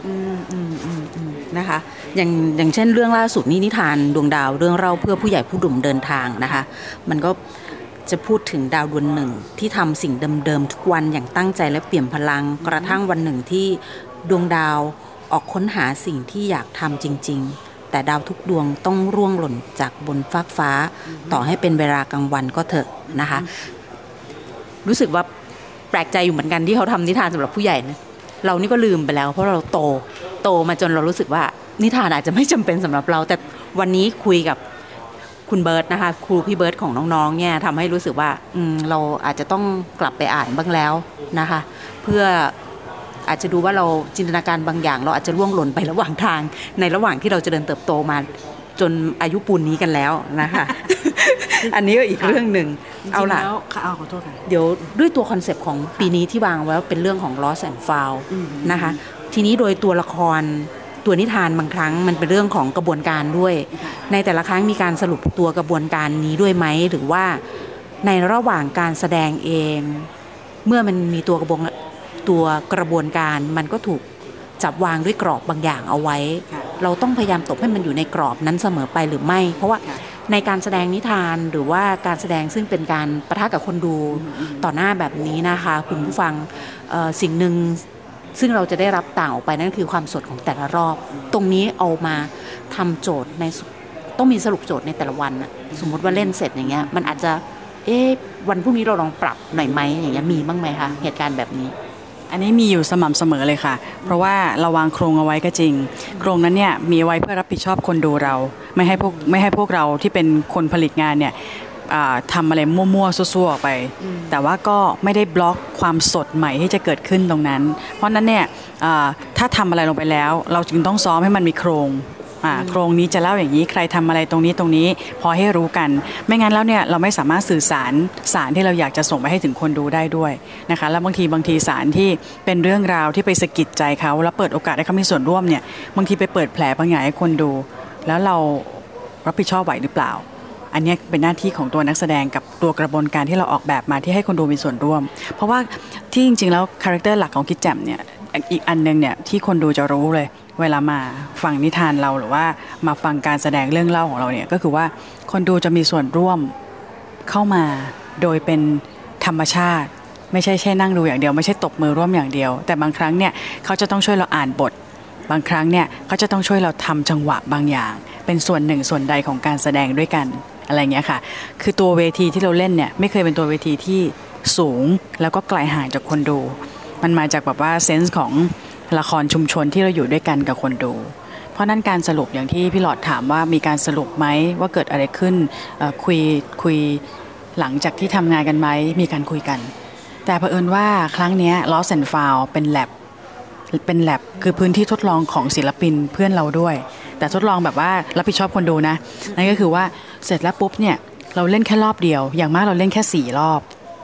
นะคะอย่างอย่างเช่นเรื่องล่าสุดนี้นิทานดวงดาวเรื่องเล่าเพื่อผู้ใหญ่ผู้หนุ่มเดินทางนะคะมันก็จะพูดถึงดาวดวงหนึ่งที่ทำสิ่งเดิมๆทุกวันอย่างตั้งใจและเปี่ยมพลังกระทั่งวันหนึ่งที่ดวงดาวออกค้นหาสิ่งที่อยากทำจริงๆแต่ดาวทุกดวงต้องร่วงหล่นจากบนฟากฟ้าต่อให้เป็นเวลากลางวันก็เถอะนะคะรู้สึกว่าแปลกใจอยู่เหมือนกันที่เขาทำนิทานสำหรับผู้ใหญ่นะเรานี่ก็ลืมไปแล้วเพราะเราโตโตมาจนเรารู้สึกว่านิทานอาจจะไม่จำเป็นสำหรับเราแต่วันนี้คุยกับคุณเบิร์ตนะคะครูพี่เบิร์ตของน้องๆเนี่ยทำให้รู้สึกว่าอืมเราอาจจะต้องกลับไปอ่านบ้างแล้วนะคะเพื่ออาจจะดูว่าเราจินตนาการบางอย่างเราอาจจะล่วงหล่นไประหว่างทางในระหว่างที่เราจะเดินเติบโตมาจนอายุปูนนี้กันแล้วนะคะอันนี้ก็อีกเรื่องหนึ่งเอาล่ะเอาขอโทษค่ะเดี๋ยวด้วยตัวคอนเซปต์ของปีนี้ที่วางไว้เป็นเรื่องของ lost and found นะคะทีนี้โดยตัวละครตัวนิทานบางครั้งมันเป็นเรื่องของกระบวนการด้วยในแต่ละครั้งมีการสรุปตัวกระบวนการนี้ด้วยไหมหรือว่าในระหว่างการแสดงเองเมื่อมันมีตัวกระบวนตัวกระบวนการมันก็ถูกจับวางด้วยกรอบบางอย่างเอาไว้เราต้องพยายามตบให้มันอยู่ในกรอบนั้นเสมอไปหรือไม่เพราะว่าในการแสดงนิทานหรือว่าการแสดงซึ่งเป็นการปะทะกับคนดูต่อหน้าแบบนี้นะคะคุณผู้ฟังสิ่งหนึ่งซึ่งเราจะได้รับต่างออกไปนั่นคือความสดของแต่ละรอบตรงนี้เอามาทำโจทย์ในต้องมีสรุปโจทย์ในแต่ละวันนะสมมติว่าเล่นเสร็จอย่างเงี้ยมันอาจจะเอ๊ะวันพรุ่งนี้เราลองปรับหน่อยไหมอย่างเงี้ยมีบ้างไหมคะเหตุการณ์แบบนี้อันนี้มีอยู่สม่ำเสมอเลยค่ะเพราะว่าเราวางโครงเอาไว้ก็จริงโครงนั้นเนี่ยมีไว้เพื่อรับผิดชอบคนดูเราไม่ให้พวกไม่ให้พวกเราที่เป็นคนผลิตงานเนี่ยทำอะไรมั่วๆซั่วๆออกไปแต่ว่าก็ไม่ได้บล็อกความสดใหม่ที่จะเกิดขึ้นตรงนั้นเพราะนั้นเนี่ยถ้าทำอะไรลงไปแล้วเราจึงต้องซ้อมให้มันมีโครงโครงนี้จะเล่าอย่างนี้ใครทำอะไรตรงนี้ตรงนี้พอให้รู้กันไม่งั้นแล้วเนี่ยเราไม่สามารถสื่อสารสารที่เราอยากจะส่งไปให้ถึงคนดูได้ด้วยนะคะแล้วบางทีบางทีสารที่เป็นเรื่องราวที่ไปสะกิดใจเขาแล้วเปิดโอกาสให้เขามีส่วนร่วมเนี่ยบางทีไปเปิดแผลบางอย่างให้คนดูแล้วเรารับผิดชอบไหวหรือเปล่าอันนี้เป็นหน้าที่ของตัวนักแสดงกับตัวกระบวนการที่เราออกแบบมาที่ให้คนดูมีส่วนร่วมเพราะว่าที่จริงๆแล้วคาแรคเตอร์หลักของคิดแจ่มเนี่ยอีกอันนึงเนี่ยที่คนดูจะรู้เลยเวลามาฟังนิทานเราหรือว่ามาฟังการแสดงเรื่องเล่าของเราเนี่ยก็คือว่าคนดูจะมีส่วนร่วมเข้ามาโดยเป็นธรรมชาติไม่ใช่แค่นั่งดูอย่างเดียวไม่ใช่ตบมือร่วมอย่างเดียวแต่บางครั้งเนี่ยเขาจะต้องช่วยเราอ่านบทบางครั้งเนี่ยเขาจะต้องช่วยเราทำจังหวะบางอย่างเป็นส่วนหนึ่งส่วนใดของการแสดงด้วยกันอะไรเงี้ยค่ะคือตัวเวทีที่เราเล่นเนี่ยไม่เคยเป็นตัวเวทีที่สูงแล้วก็ไกลห่างจากคนดูมันมาจากแบบว่าเซนส์ของละครชุมชนที่เราอยู่ด้วยกันกับคนดูเพราะนั้นการสรุปอย่างที่พี่หลอดถามว่ามีการสรุปไหมว่าเกิดอะไรขึ้นคุยคุยหลังจากที่ทำงานกันไหมมีการคุยกันแต่เผอิญว่าครั้งนี้ Lost and Found เป็น lab เป็น lab คือพื้นที่ทดลองของศิลปินเพื่อนเราด้วยแต่ทดลองแบบว่ารับผิดชอบคนดูนะนั่นก็คือว่าเสร็จแล้วปุ๊บเนี่ยเราเล่นแค่รอบเดียวอย่างมากเราเล่นแค่สี่รอบ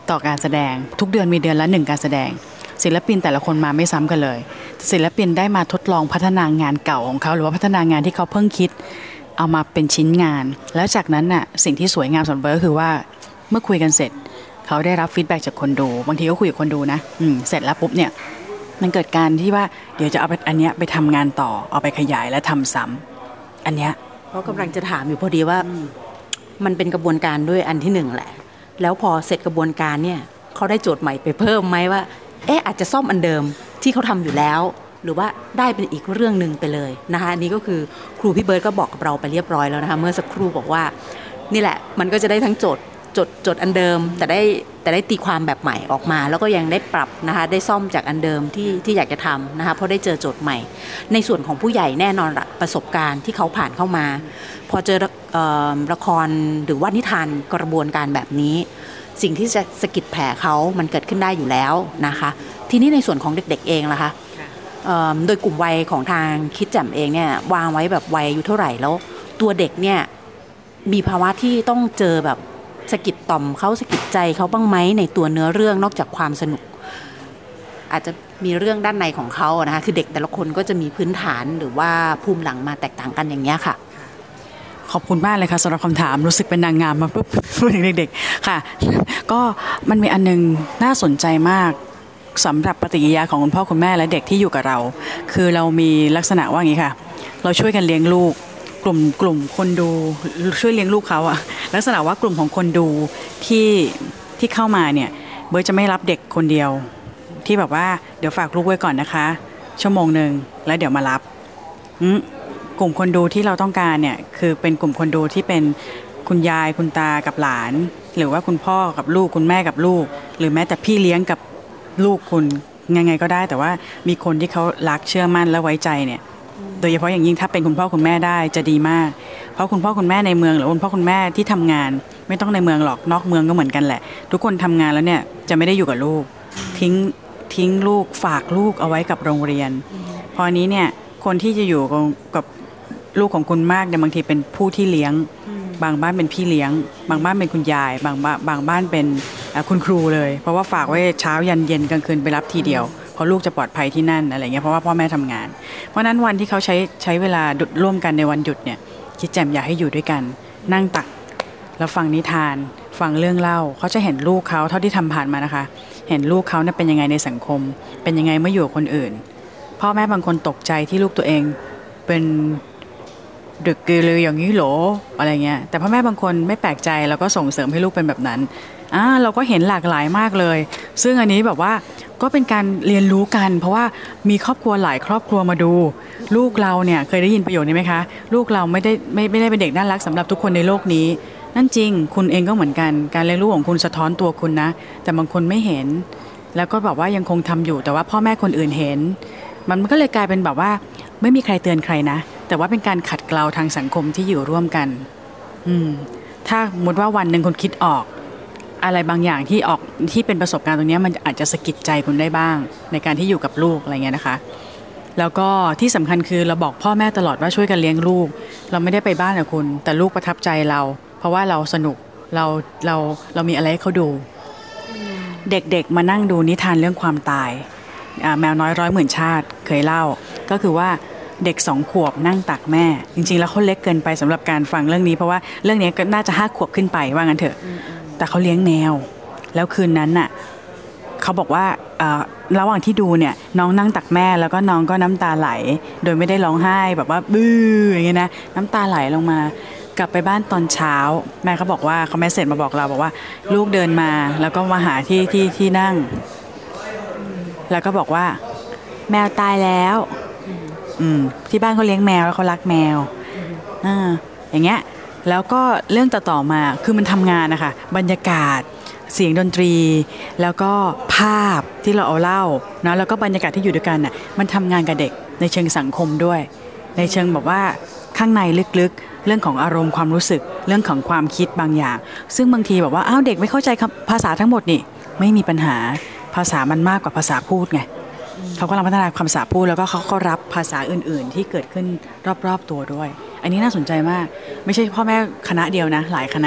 ต่อการแสดงทุกเดือนมีเดือนละหนึ่งการแสดงศิลปินแต่ละคนมาไม่ซ้ำกันเลยศิลปินได้มาทดลองพัฒนางานเก่าของเขาหรือว่าพัฒนางานที่เขาเพิ่งคิดเอามาเป็นชิ้นงานแล้วจากนั้นน่ะสิ่งที่สวยงามสำหรับเบิร์ดก็คือว่าเมื่อคุยกันเสร็จเขาได้รับฟีดแบ็กจากคนดูบางทีก็คุยกับคนดูนะอืมเสร็จแล้วปุ๊บเนี่ยมันเกิดการที่ว่าเดี๋ยวจะเอาอันเนี้ยไปทำงานต่อเอาไปขยายและทำซ้ำอันเนี้ยเพราะกำลังจะถามอยู่พอดีว่ามันเป็นกระบวนการด้วยอันที่หนึ่งแหละแล้วพอเสร็จกระบวนการเนี่ยเขาได้โจทย์ใหม่ไปเพิ่มไหมว่าเอ๊ะอาจจะซ่อมอันเดิมที่เขาทำอยู่แล้วหรือว่าได้เป็นอีกเรื่องนึงไปเลยนะคะอันนี้ก็คือครูพี่เบิร์ดก็บอกกับเราไปเรียบร้อยแล้วนะคะเมื่อสักครู่บอกว่านี่แหละมันก็จะได้ทั้งโจทย์โจทย์โจทย์อันเดิมแต่ได้แต่ได้ตีความแบบใหม่ออกมาแล้วก็ยังได้ปรับนะคะได้ซ่อมจากอันเดิมที่ที่อยากจะทำนะคะเพราะได้เจอโจทย์ใหม่ในส่วนของผู้ใหญ่แน่นอนละประสบการณ์ที่เขาผ่านเข้ามาพอเจอละครหรือว่านิทานกระบวนการแบบนี้สิ่งที่จะสะกิดแผลเขามันเกิดขึ้นได้อยู่แล้วนะคะทีนี้ในส่วนของเด็กๆเองล่ะคะโดยกลุ่มวัยของทางคิดแจ่มเองเนี่ยวางไว้แบบวัยอายุเท่าไหร่แล้วตัวเด็กเนี่ยมีภาวะที่ต้องเจอแบบสะกิดต่อมเขาสะกิดใจเขาบ้างไหมในตัวเนื้อเรื่องนอกจากความสนุกอาจจะมีเรื่องด้านในของเขานะคะคือเด็กแต่ละคนก็จะมีพื้นฐานหรือว่าภูมิหลังมาแตกต่างกันอย่างนี้ค่ะขอบคุณมากเลยค่ะสำหรับคำถามรู้สึกเป็นนางงามมาปุ๊บพูดถึงเด็กๆค่ะก็มันมีอันนึงน่าสนใจมากสำหรับปฏิกิริยาของคุณพ่อคุณแม่และเด็กที่อยู่กับเราคือเรามีลักษณะว่าอย่างนี้ค่ะเราช่วยกันเลี้ยงลูกกลุ่มกลุ่มคนดูช่วยเลี้ยงลูกเขาอะลักษณะว่ากลุ่มของคนดูที่ที่เข้ามาเนี่ยเบิร์ดจะไม่รับเด็กคนเดียวที่แบบว่าเดี๋ยวฝากลูกไว้ก่อนนะคะชั่วโมงนึงแล้วเดี๋ยวมารับกลุ่มคนดูที่เราต้องการเนี่ยคือเป็นกลุ่มคนดูที่เป็นคุณยายคุณตากับหลานหรือว่าคุณพ่อกับลูกคุณแม่กับลูกหรือแม้แต่พี่เลี้ยงกับลูกคุณยังไงก็ได้แต่ว่ามีคนที่เขารักเชื่อมั่นและไว้ใจเนี่ยโดยเฉพาะอย่างยิ่งถ้าเป็นคุณพ่อคุณแม่ได้จะดีมากเพราะคุณพ่อคุณแม่ในเมืองหรือคุณพ่อคุณแม่ที่ทำงานไม่ต้องในเมืองหรอกนอกเมืองก็เหมือนกันแหละทุกคนทำงานแล้วเนี่ยจะไม่ได้อยู่กับลูกทิ้งทิ้งลูกฝากลูกเอาไว้กับโรงเรียนพอนี้เนี่ยคนที่จะอยู่กับลูกของคุณมากเนี่ยบางทีเป็นผู้ที่เลี้ยงบางบ้านเป็นพี่เลี้ยงบางบ้านเป็นคุณยายบางบ้านบางบ้านเป็นคุณครูเลยเพราะว่าฝากไว้เช้ายันเย็นกลางคืนไปรับทีเดียวเพราะลูกจะปลอดภัยที่นั่นอะไรเงี้ยเพราะว่าพ่อแม่ทำงานเพราะนั้นวันที่เขาใช้ใช้เวลาดุดร่วมกันในวันหยุดเนี่ยคิดแจ่มอยากให้อยู่ด้วยกันนั่งตักแล้วฟังนิทานฟังเรื่องเล่าเขาจะเห็นลูกเขาเท่าที่ทำผ่านมานะคะเห็นลูกเขาเนี่ยเป็นยังไงในสังคมเป็นยังไงเมื่ออยู่กับคนอื่นพ่อแม่บางคนตกใจที่ลูกตัวเองเป็นเด็กเกเรอย่างนี้หรออะไรเงี้ยแต่พ่อแม่บางคนไม่แปลกใจแล้วก็ส่งเสริมให้ลูกเป็นแบบนั้นอ่าเราก็เห็นหลากหลายมากเลยซึ่งอันนี้แบบว่าก็เป็นการเรียนรู้กันเพราะว่ามีครอบครัวหลายครอบครัวมาดูลูกเราเนี่ยเคยได้ยินประโยคนี้ไหมคะลูกเราไม่ได้ไม่ไม่ได้เป็นเด็กน่ารักสำหรับทุกคนในโลกนี้นั่นจริงคุณเองก็เหมือนกันการเลี้ยงลูกของคุณสะท้อนตัวคุณนะแต่บางคนไม่เห็นแล้วก็แบบว่ายังคงทำอยู่แต่ว่าพ่อแม่คนอื่นเห็นมันก็เลยกลายเป็นแบบว่าไม่มีใครเตือนใครนะแต่ว่าเป็นการขัดเกลาทางสังคมที่อยู่ร่วมกันอืมถ้าสมมติว่าวันหนึ่งคุณคิดออกอะไรบางอย่างที่ออกที่เป็นประสบการณ์ตรงนี้มันอาจจะสะกิดใจคุณได้บ้างในการที่อยู่กับลูกอะไรเงี้ยนะคะแล้วก็ที่สำคัญคือเราบอกพ่อแม่ตลอดว่าช่วยกันเลี้ยงลูกเราไม่ได้ไปบ้านกับคุณแต่ลูกประทับใจเราเพราะว่าเราสนุกเราเราเรามีอะไรให้เขาดูเด็กๆมานั่งดูนิทานเรื่องความตายแมวน้อยร้อยหมื่นชาติเคยเล่าก็คือว่าเด็กสองขวบนั่งตักแม่จริงๆแล้วเขาเล็กเกินไปสำหรับการฟังเรื่องนี้เพราะว่าเรื่องนี้ก็น่าจะห้าขวบขึ้นไปว่างั้นเถอะแต่เขาเลี้ยงแมวแล้วคืนนั้นน่ะเขาบอกว่าระหว่างที่ดูเนี่ยน้องนั่งตักแม่แล้วก็น้องก็น้ำตาไหลโดยไม่ได้ร้องไห้แบบว่าบื้ออย่างเงี้ยนะน้ำตาไหลลงมากลับไปบ้านตอนเช้าแม่เขาบอกว่าเขาแมสเสจมาบอกเราบอกว่าลูกเดินมาแล้วก็มาหาที่ที่ที่นั่งแล้วก็บอกว่าแมวตายแล้วอืมที่บ้านเขาเลี้ยงแมวแล้วเขารักแมวอ่าอย่างเงี้ยแล้วก็เรื่องต่อๆมาคือมันทำงานนะคะบรรยากาศเสียงดนตรีแล้วก็ภาพที่เราเอาเล่านะแล้วก็บรรยากาศที่อยู่ด้วยกันน่ะมันทำงานกับเด็กในเชิงสังคมด้วยในเชิงแบบว่าข้างในลึกๆเรื่องของอารมณ์ความรู้สึกเรื่องของความคิดบางอย่างซึ่งบางทีแบบว่าอ้าวเด็กไม่เข้าใจภาษาทั้งหมดนี่ไม่มีปัญหาภาษามันมากกว่าภาษาพูดไงเขากำลังพัฒนาความภาษาพูดแล้วก็เขาก็รับภาษาอื่นๆที่เกิดขึ้นรอบๆตัวด้วยอันนี้น่าสนใจมากไม่ใช่พ่อแม่คณะเดียวนะหลายคณะท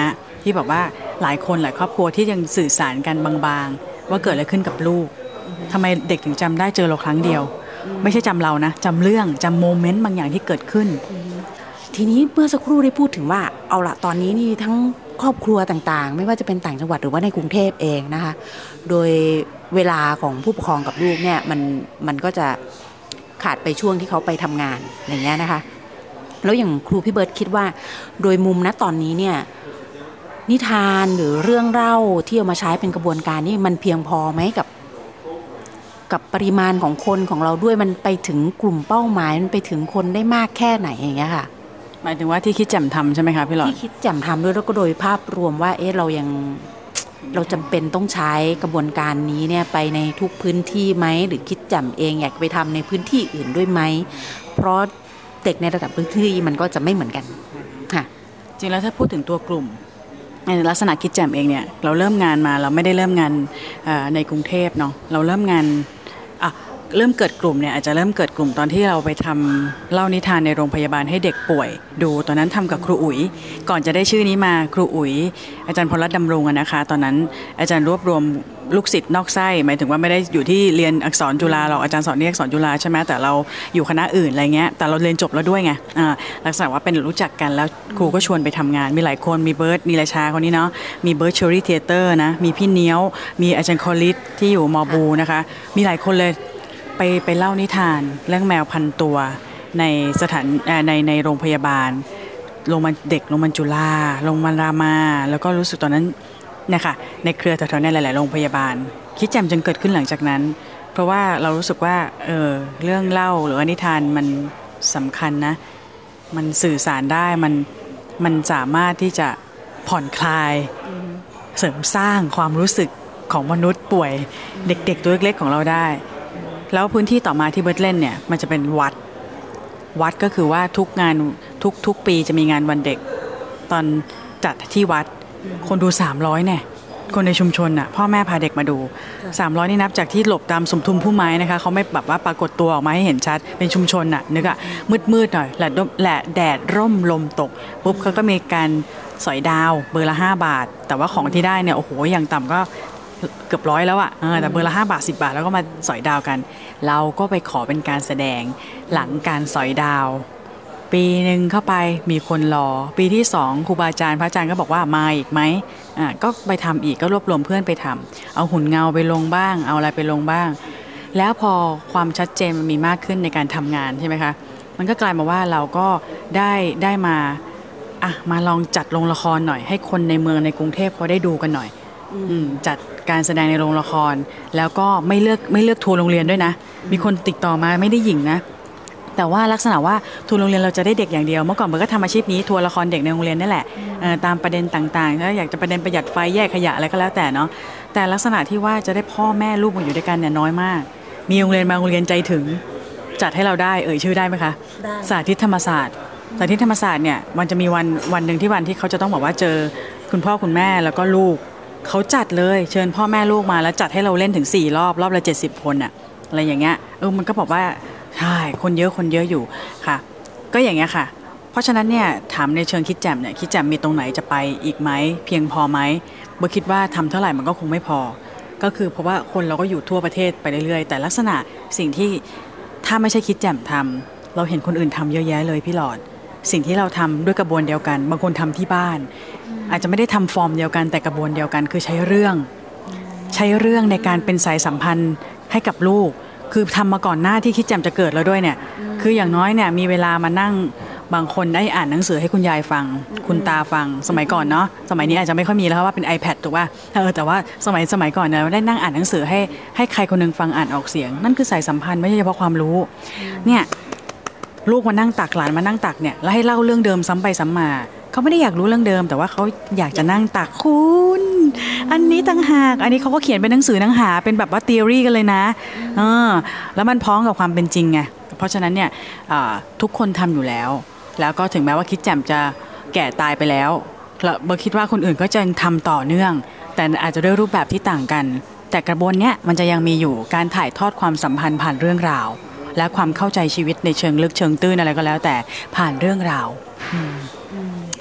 ที่แบบว่าหลายคนหลายครอบครัวที่ยังสื่อสารกันบางๆว่าเกิดอะไรขึ้นกับลูกทำไมเด็กถึงจำได้เจอเราครั้งเดียวไม่ใช่จำเรานะจำเรื่องจำโมเมนต์บางอย่างที่เกิดขึ้นทีนี้เมื่อสักครู่ได้พูดถึงว่าเอาละตอนนี้นี่ทั้งครอบครัวต่างๆไม่ว่าจะเป็นต่างจังหวัดหรือว่าในกรุงเทพเองนะคะโดยเวลาของผู้ปกครองกับลูกเนี่ยมันมันก็จะขาดไปช่วงที่เขาไปทำงานอย่างเงี้ยนะคะแล้วอย่างครูพี่เบิร์ตคิดว่าโดยมุมณตอนนี้เนี่ยนิทานหรือเรื่องเล่าที่เอามาใช้เป็นกระบวนการนี่มันเพียงพอไหมกับกับปริมาณของคนของเราด้วยมันไปถึงกลุ่มเป้าหมายมันไปถึงคนได้มากแค่ไหนอย่างเงี้ยค่ะหมายถึงว่าที่คิดแจ่มทำใช่ไหมคะพี่หลอดที่คิดแจ่มทำด้วยแล้วก็โดยภาพรวมว่าเอ๊ะเรายังเราจำเป็นต้องใช้กระบวนการนี้เนี่ยไปในทุกพื้นที่ไหมหรือคิดแจ่มเองอยากไปทำในพื้นที่อื่นด้วยไหมเพราะเด็กในระดับพื้นที่มันก็จะไม่เหมือนกันค่ะจริงแล้วถ้าพูดถึงตัวกลุ่มในลักษณะคิดแจ่มเองเนี่ยเราเริ่มงานมาเราไม่ได้เริ่มงานในกรุงเทพเนาะเราเริ่มงานอ่ะเริ่มเกิดกลุ่มเนี่ยอาจจะเริ่มเกิดกลุ่มตอนที่เราไปทำเล่านิทานในโรงพยาบาลให้เด็กป่วยดูตอนนั้นทำกับครูอุ๋ยก่อนจะได้ชื่อนี้มาครูอุ๋ยอาจารย์พลรัตน์ดำรงนะคะตอนนั้นอาจารย์รวบรวมลูกศิษย์นอกไส้หมายถึงว่าไม่ได้อยู่ที่เรียนอักษรจุฬาหรอกอาจารย์สอนนี่อักษรจุฬาใช่ไหมแต่เราอยู่คณะอื่นอะไรเงี้ยแต่เราเรียนจบแล้วด้วยไงอ่าลักษณะว่าเป็นรู้จักกันแล้วครูก็ชวนไปทำงานมีหลายคนมีเบิร์ตมีราชาคนนี้เนาะมีเบิร์ตเชอรี่เทเตอร์นะมีพี่เนี้ยวมีอาจารย์คอลิสที่อยู่มอบูนะคะมีหลายคนเลยไปไปเล่านิทานเรื่องแมวพันตัวในสถานในในโรงพยาบาลโรงพยาบาลเด็กโรงพยาบาลจุฬาโรงพยาบาลรามาแล้วก็รู้สึกตอนนั้นนะคะในเครือแถวๆในหลายๆโรงพยาบาลคิดแจ่มจนเกิดขึ้นหลังจากนั้นเพราะว่าเรารู้สึกว่าเออเรื่องเล่าหรือว่านิทานมันสำคัญนะมันสื่อสารได้มันมันสามารถที่จะผ่อนคลายเสริมสร้างความรู้สึกของมนุษย์ป่วยเด็กๆตัวเล็กๆของเราได้แล้วพื้นที่ต่อมาที่เบิร์ตเล่นเนี่ยมันจะเป็นวัดวัดก็คือว่าทุกงานทุกทุกปีจะมีงานวันเด็กตอนจัดที่วัดคนดูสามร้อยเนี่ยคนในชุมชนน่ะพ่อแม่พาเด็กมาดูสามร้อยนี่นับจากที่หลบตามสมทุมพุ่มไม้นะคะเขาไม่แบบว่าปรากฏตัวออกมาให้เห็นชัดเป็นชุมชนน่ะนึกอะมืดๆหน่อยแหละแหละแดดร่มลมตกปุ๊บเขาก็มีการสอยดาวเบอร์ละห้าบาทแต่ว่าของที่ได้เนี่ยโอ้โหอย่างต่ำก็เกือบร้อยแล้วอะแต่เบอร์ละห้าบาทสิบบาทแล้วก็มาสอยดาวกันเราก็ไปขอเป็นการแสดงหลังการสอยดาวปีหนึ่งเข้าไปมีคนรอปีที่สองครูบาอาจารย์พระอาจารย์ก็บอกว่ามาอีกไหมอ่าก็ไปทำอีกก็รวบรวมเพื่อนไปทำเอาหุ่นเงาไปลงบ้างเอาอะไรไปลงบ้างแล้วพอความชัดเจนมันมีมากขึ้นในการทำงานใช่ไหมคะมันก็กลายมาว่าเราก็ได้ได้มาอ่ะมาลองจัดโรงละครหน่อยให้คนในเมืองในกรุงเทพเขาได้ดูกันหน่อยจัดการแสดงในโรงละครแล้วก็ไม่เลือกไม่เลือกทัวร์โรงเรียนด้วยนะมีคนติดต่อมาไม่ได้หยิ่งนะแต่ว่าลักษณะว่าทัวร์โรงเรียนเราจะได้เด็กอย่างเดียวเมื่อก่อนมันก็ทำอาชีพนี้ทัวร์ละครเด็กในโรงเรียนนี่แหละตามประเด็นต่างๆแล้วอยากจะประเด็นประหยัดไฟแยกขยะอะไรก็แล้วแต่เนาะแต่ลักษณะที่ว่าจะได้พ่อแม่ลูกมาอยู่ด้วยกันเนี่ยน้อยมากมีโรงเรียนบางโรงเรียนใจถึงจัดให้เราได้เอ่ยชื่อได้ไหมคะสาธิตธรรมศาสตร์สาธิตธรรมศาสตร์เนี่ยมันจะมีวันวันนึงที่วันที่เขาจะต้องบอกว่าเจอคุณพ่อคุณแม่แล้วก็ลูกเขาจัดเลยเชิญพ่อแม่ลูกมาแล้วจัดให้เราเล่นถึงสี่รอบรอบละเจ็ดสิบคนอะอะไรอย่างเงี้ยเออมันก็บอกว่าใช่คนเยอะคนเยอะอยู่ค่ะก็อย่างเงี้ยค่ะเพราะฉะนั้นเนี่ยถามในเชิงคิดแจ่มเนี่ยคิดแจ่มมีตรงไหนจะไปอีกไหมเพียงพอไหมเบอร์คิดว่าทำเท่าไหร่มันก็คงไม่พอก็คือเพราะว่าคนเราก็อยู่ทั่วประเทศไปเรื่อยๆแต่ลักษณะสิ่งที่ถ้าไม่ใช่คิดแจ่มทำเราเห็นคนอื่นทำเยอะแยะเลยพี่หลอดสิ่งที่เราทำด้วยกระบวนเดียวกันบางคนทำที่บ้านอาจจะไม่ได้ทำฟอร์มเดียวกันแต่กระบวนเดียวกันคือใช้เรื่องใช้เรื่องในการเป็นสายสัมพันธ์ให้กับลูกคือทำมาก่อนหน้าที่คิดแจ่มจะเกิดแล้วด้วยเนี่ยคืออย่างน้อยเนี่ยมีเวลามานั่งบางคนได้อ่านหนังสือให้คุณยายฟังคุณตาฟังสมัยก่อนเนาะสมัยนี้อาจจะไม่ค่อยมีแล้วเพราะว่าเป็น iPad ถูกป่ะเออแต่ว่าสมัยสมัยก่อนเนี่ยได้นั่งอ่านหนังสือให้ให้ใครคนนึงฟังอ่านออกเสียงนั่นคือสายสัมพันธ์ไม่ใช่เฉพาะความรู้เนี่ยลูกมานั่งตักหลานมานั่งตักเนี่ยแล้วให้เล่าเรื่องเดิมซ้ำไปซ้ำมาเขาไม่ได้อยากรู้เรื่องเดิมแต่ว่าเขาอยากจะนั่งตักคุณอันนี้ต่างหากอันนี้เขาก็เขียนเป็นหนังสือนังหาเป็นแบบว่า theory กันเลยนะเออแล้วมันพ้องกับความเป็นจริงไงเพราะฉะนั้นเนี่ยทุกคนทำอยู่แล้วแล้วก็ถึงแม้ว่าคิดแจ่มจะแก่ตายไปแล้วเบอร์คิดว่าคนอื่นก็จะยังทำต่อเนื่องแต่อาจจะด้วยรูปแบบที่ต่างกันแต่กระบวนเนี้ยมันจะยังมีอยู่การถ่ายทอดความสัมพันธ์ผ่านเรื่องราวและความเข้าใจชีวิตในเชิงลึกเชิงตื้นอะไรก็แล้วแต่ผ่านเรื่องราว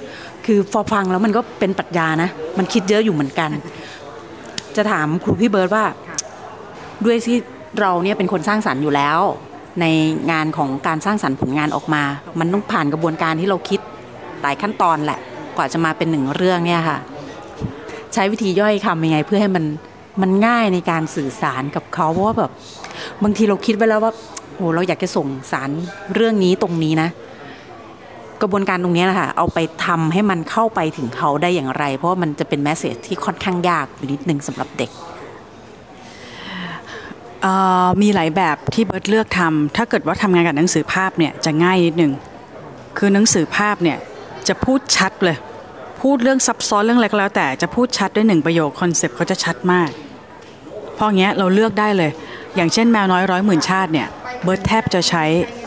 คือพอฟังแล้วมันก็เป็นปรัชญานะมันคิดเยอะอยู่เหมือนกันจะถามครูพี่เบิร์ดว่าด้วยที่เราเนี่ยเป็นคนสร้างสรรค์อยู่แล้วในงานของการสร้างสรรค์ผลงานออกมามันต้องผ่านกระบวนการที่เราคิดหลายขั้นตอนแหละกว่าจะมาเป็นหนึ่งเรื่องเนี่ยค่ะใช้วิธีย่อยคำยังไงเพื่อให้มันมันง่ายในการสื่อสารกับเขาเพราะว่าแบบบางทีเราคิดไว้แล้วว่าโอ้เราอยากจะส่งสารเรื่องนี้ตรงนี้นะกระบวนการตรงนี้แหละค่ะเอาไปทำให้มันเข้าไปถึงเขาได้อย่างไรเพราะว่ามันจะเป็นแมสเสจที่ค่อนข้างยากนิดนึงสำหรับเด็กมีหลายแบบที่เบิร์ตเลือกทำถ้าเกิดว่าทำงานกับหนังสือภาพเนี่ยจะง่ายนิดนึงคือหนังสือภาพเนี่ยจะพูดชัดเลยพูดเรื่องซับซ้อนเรื่องอะไรก็แล้วแต่จะพูดชัดด้วยหนึ่งประโยคคอนเซปต์เขาจะชัดมากเพราะงี้เราเลือกได้เลยอย่างเช่นแมวน้อยร้อยหมื่นชาติเนี่ยเบิร์ตแทบจะใช้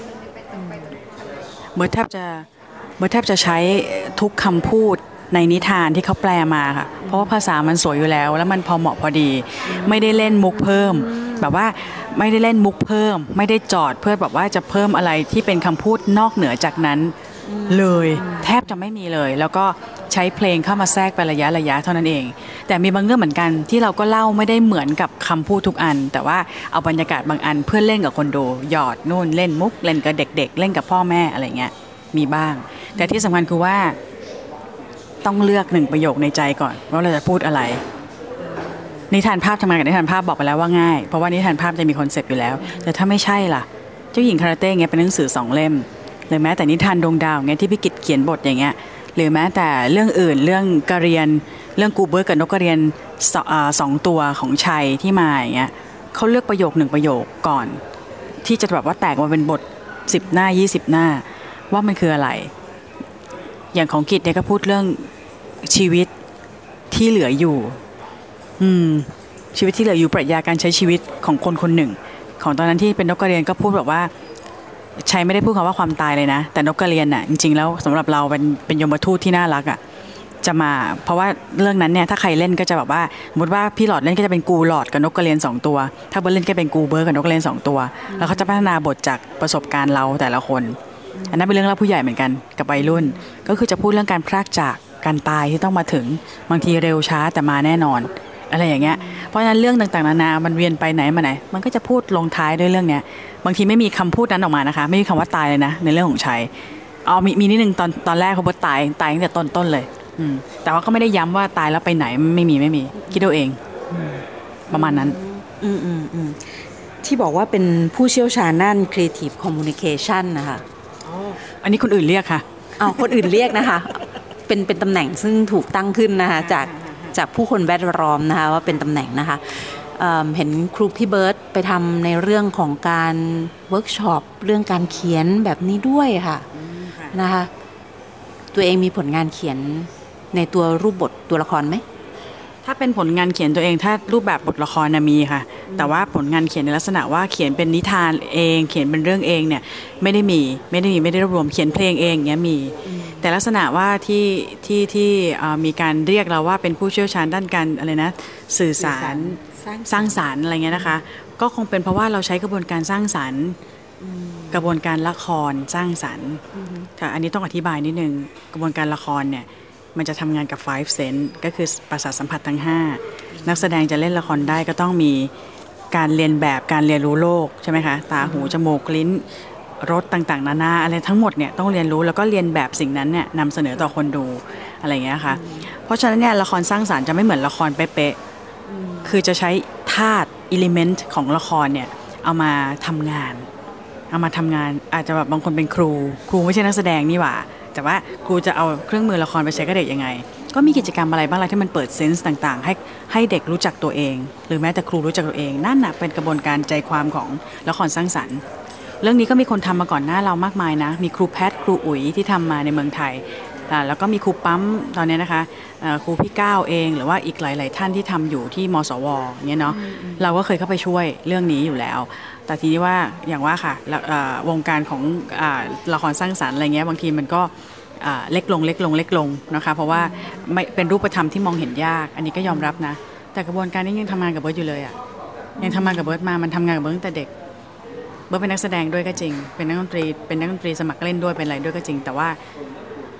เบิร์ตแทบจะเบิร์ตแทบจะใช้ทุกคำพูดในนิทานที่เขาแปลมาค่ะเพราะว่าภาษามันสวยอยู่แล้วแล้วมันพอเหมาะพอดีไม่ได้เล่นมุกเพิ่มแบบว่าไม่ได้เล่นมุกเพิ่มไม่ได้จอดเพื่อแบบว่าจะเพิ่มอะไรที่เป็นคำพูดนอกเหนือจากนั้นเลยแทบจะไม่มีเลยแล้วก็ใช้เพลงเข้ามาแทรกไประยะระยะเท่านั้นเองแต่มีบางเรื่องเหมือนกันที่เราก็เล่าไม่ได้เหมือนกับคำพูดทุกอันแต่ว่าเอาบรรยากาศบางอันเพื่อเล่นกับคนดูหยอดนู่นเล่นมุกเล่นกับเด็กๆเล่นกับพ่อแม่อะไรเงี้ยมีบ้างแต่ที่สำคัญคือว่าต้องเลือกหนึ่งประโยคในใจก่อนว่าเราจะพูดอะไรนิทานภาพทำงานกับนิทานภาพบอกไปแล้วว่าง่ายเพราะว่านิทานภาพจะมีคอนเซปต์อยู่แล้วแต่ถ้าไม่ใช่ล่ะเจ้าหญิงคาราเต้เงี้ยเป็นหนังสือสองเล่มหรือแม้แต่นิทานดวงดาวเงี้ยที่พี่กิตเขียนบทอย่างเงี้ยหรือแม้แต่เรื่องอื่นเรื่องกระเรียนเรื่องกูเบิร์ตกับนกกระเรียนสองตัวของชัยที่มาอย่างเงี้ยเขาเลือกประโยคหนึ่งประโยคก่อนที่จะแบบว่าแตกมาเป็นบทสิบหน้ายี่สิบหน้าว่ามันคืออะไรอย่างของกิตเนี่ยก็พูดเรื่องชีวิตที่เหลืออยู่อืมชีวิตที่เหลืออยู่ปรัชญาการใช้ชีวิตของคนคนหนึ่งของตอนนั้นที่เป็นนกกระเรียนก็พูดแบบว่าชัยไม่ได้พูดคำว่าความตายเลยนะแต่นกกระเรียนน่ะจริงๆแล้วสำหรับเราเป็นเป็นยมทูตที่น่ารักอ่ะจะมาเพราะว่าเรื่องนั้นเนี่ยถ้าใครเล่นก็จะแบบว่าสมมติว่าพี่หลอดเล่นก็จะเป็นกูหลอดกับนกกระเรียนสองตัวถ้าเบิร์ดเล่นก็เป็นกูเบิร์ดกับนกกระเรียนสองตัวแล้วเขาจะพัฒนาบทจากประสบการณ์เราแต่ละคนอันนั้นเป็นเรื่องเล่าผู้ใหญ่เหมือนกันกับวัยรุ่นก็คือจะพูดเรื่องการพรากจากการตายที่ต้องมาถึงบางทีเร็วช้าแต่มาแน่นอนอะไรอย่างเงี้ยเพราะฉะนั้นเรื่องต่างๆนานามันเวียนไปไหนมาไหนมันก็จะพูดลงท้ายด้วยเรื่องเนี้ยบางทีไม่มีคำพูดนั้นออกมานะคะไม่มีคำว่าตายเลยนะในเรื่องของชัยเอามีมีนิดนึงตอนตอนแรกเขาบอกตายตายตั้งแต่ต้นต้นเลยอืมแต่ว่าก็ไม่ได้ย้ำว่าตายแล้วไปไหนไม่มีไม่มีคิดเอาเองประมาณนั้นอืมอืมอืมที่บอกว่าเป็นผู้เชี่ยวชาญด้าน Creative Communication นะคะอันนี้คนอื่นเรียกค่ะอ้าวคนอื่นเรียกนะคะเป็นเป็นตำแหน่งซึ่งถูกตั้งขึ้นนะคะจากจากผู้คนแวดล้อมนะคะว่าเป็นตำแหน่งนะคะ เ, เห็นครูพี่เบิร์ตไปทำในเรื่องของการเวิร์กช็อปเรื่องการเขียนแบบนี้ด้วยค่ะนะคะตัวเองมีผลงานเขียนในตัวรูปบทตัวละครไหมถ้าเป็นผลงานเขียนตัวเองถ้ารูปแบบบทละครนะมีค่ะแต่ว่าผลงานเขียนในลักษณะว่าเขียนเป็นนิทานเองเขียนเป็นเรื่องเองเนี่ยไม่ได้มีไม่ได้มีไม่ได้รวบรวมเขียนเพลงเองเงี้ยมีแต่ลักษณะว่าที่ที่ที่มีการเรียกเราว่าเป็นผู้เชี่ยวชาญด้านการอะไรนะสื่อสารสร้างสรรค์อะไรเงี้ยนะคะก็คงเป็นเพราะว่าเราใช้กระบวนการสร้างสรรค์กระบวนการละครสร้างสรรค์ค่ะอันนี้ต้องอธิบายนิดนึงกระบวนการละครเนี่ยมันจะทำงานกับ five sense ก็คือประสาทสัมผัสทั้งห้านักแสดงจะเล่นละครได้ก็ต้องมีการเรียนแบบการเรียนรู้โลกใช่ไหมคะตาหูจมูกลิ้นรสต่างๆนานาอะไรทั้งหมดเนี่ยต้องเรียนรู้แล้วก็เรียนแบบสิ่งนั้นเนี่ยนำเสนอต่อคนดูอะไรอย่างเงี้ยค่ะเพราะฉะนั้นเนี่ยละครสร้างสรรค์จะไม่เหมือนละครเป๊ะๆคือจะใช้ธาตุอิเลเมนต์ของละครเนี่ยเอามาทำงานเอามาทำงานอาจจะแบบบางคนเป็นครูครูไม่ใช่นักแสดงนี่หว่าแต่ว่าครูจะเอาเครื่องมือละครไปใช้กับเด็กยังไงก็มีกิจกรรมอะไรบ้างล่ะที่มันเปิดเซนส์ต่างๆให้ให้เด็กรู้จักตัวเองหรือแม้แต่ครูรู้จักตัวเองนั่นน่ะเป็นกระบวนการใจความของละครสร้างสรรค์เรื่องนี้ก็มีคนทำมาก่อนหน้าเรามากมายนะมีครูแพทครูอุ๋ยที่ทำมาในเมืองไทยแล้วก็มีครูปั๊มตอนนี้นะคะครูพี่ก้าวเองหรือว่าอีกหลายๆท่านที่ทำอยู่ที่มสวเนี่ยเนาะเราก็เคยเข้าไปช่วยเรื่องนี้อยู่แล้วแต่ทีนี้ว่าอย่างว่าค่ะวงการของละครสร้างสรรค์อะไรเงี้ยบางทีมันก็เล็กลงเล็กลงเล็กลงนะคะเพราะว่าไม่เป็นรูปธรรมที่มองเห็นยากอันนี้ก็ยอมรับนะแต่กระบวนการนี้ยังทำงานกับเบิร์ตอยู่เลยอ่ะยังทำงานกับเบิร์ตมามันทำงานกับเบิร์ตตั้งแต่เด็กเบิร์ตเป็นนักแสดงด้วยก็จริงเป็นนักดนตรีเป็นนักดนตรีสมัครเล่นด้วยเป็นอะไรด้วยก็จริงแต่ว่า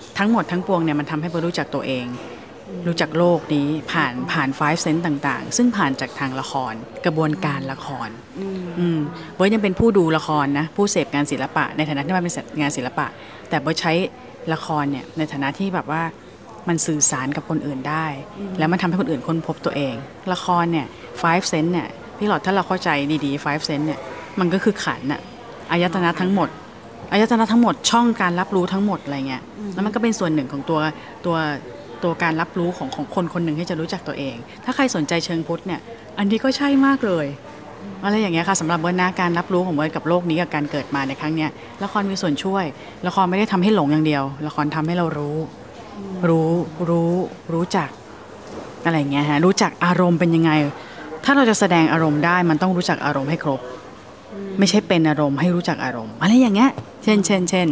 ทั้งหมดทั้งปวงเนี่ยมันทำให้เบิร์ตรู้จักตัวเองรู้จักโลกนี้ผ่านผ่าน five sense ต่างๆซึ่งผ่านจากทางละครกระบวนการละครอืมเบิร์ตยังเป็นผู้ดูละครนะผู้เสพงานศิลปะในฐานะที่มันเป็นงานศิลปะแต่เบิร์ตใช้ละครเนี่ยในฐานะที่แบบว่ามันสื่อสารกับคนอื่นได้แล้วมันทำให้คนอื่นค้นพบตัวเองละครเนี่ย five sense เนี่ยพี่หลอดถ้าเราเข้าใจดีๆ five sense เนี่ยมันก็คือขันน่ะอายตนะทั้งหมดอายตนะทั้งหมดช่องการรับรู้ทั้งหมดอะไรเงี้ยแล้วมันก็เป็นส่วนหนึ่งของตัวตัวตัวการรับรู้ของของคนคนหนึ่งที่จะรู้จักตัวเองถ้าใครสนใจเชิงพุทธเนี่ยอันนี้ก็ใช่มากเลยอะไรอย่างเงี้ยค่ะสำหรับเบิร์ตนะการรับรู้ของเบิร์ตกับโลกนี้กับการเกิดมาในครั้งเนี้ยละครมีส่วนช่วยละครไม่ได้ทำให้หลงอย่างเดียวละครทำให้เรารู้รู้รู้รู้จักอะไรเงี้ยฮะรู้จักอารมณ์เป็นยังไงถ้าเราจะแสดงอารมณ์ได้มันต้องรู้จักอารมณ์ให้ครบไม่ใช่เป็นอารมณ์ให้รู้จักอารมณ์อะไรอย่างเงี้ยเช่นเช่นเช่น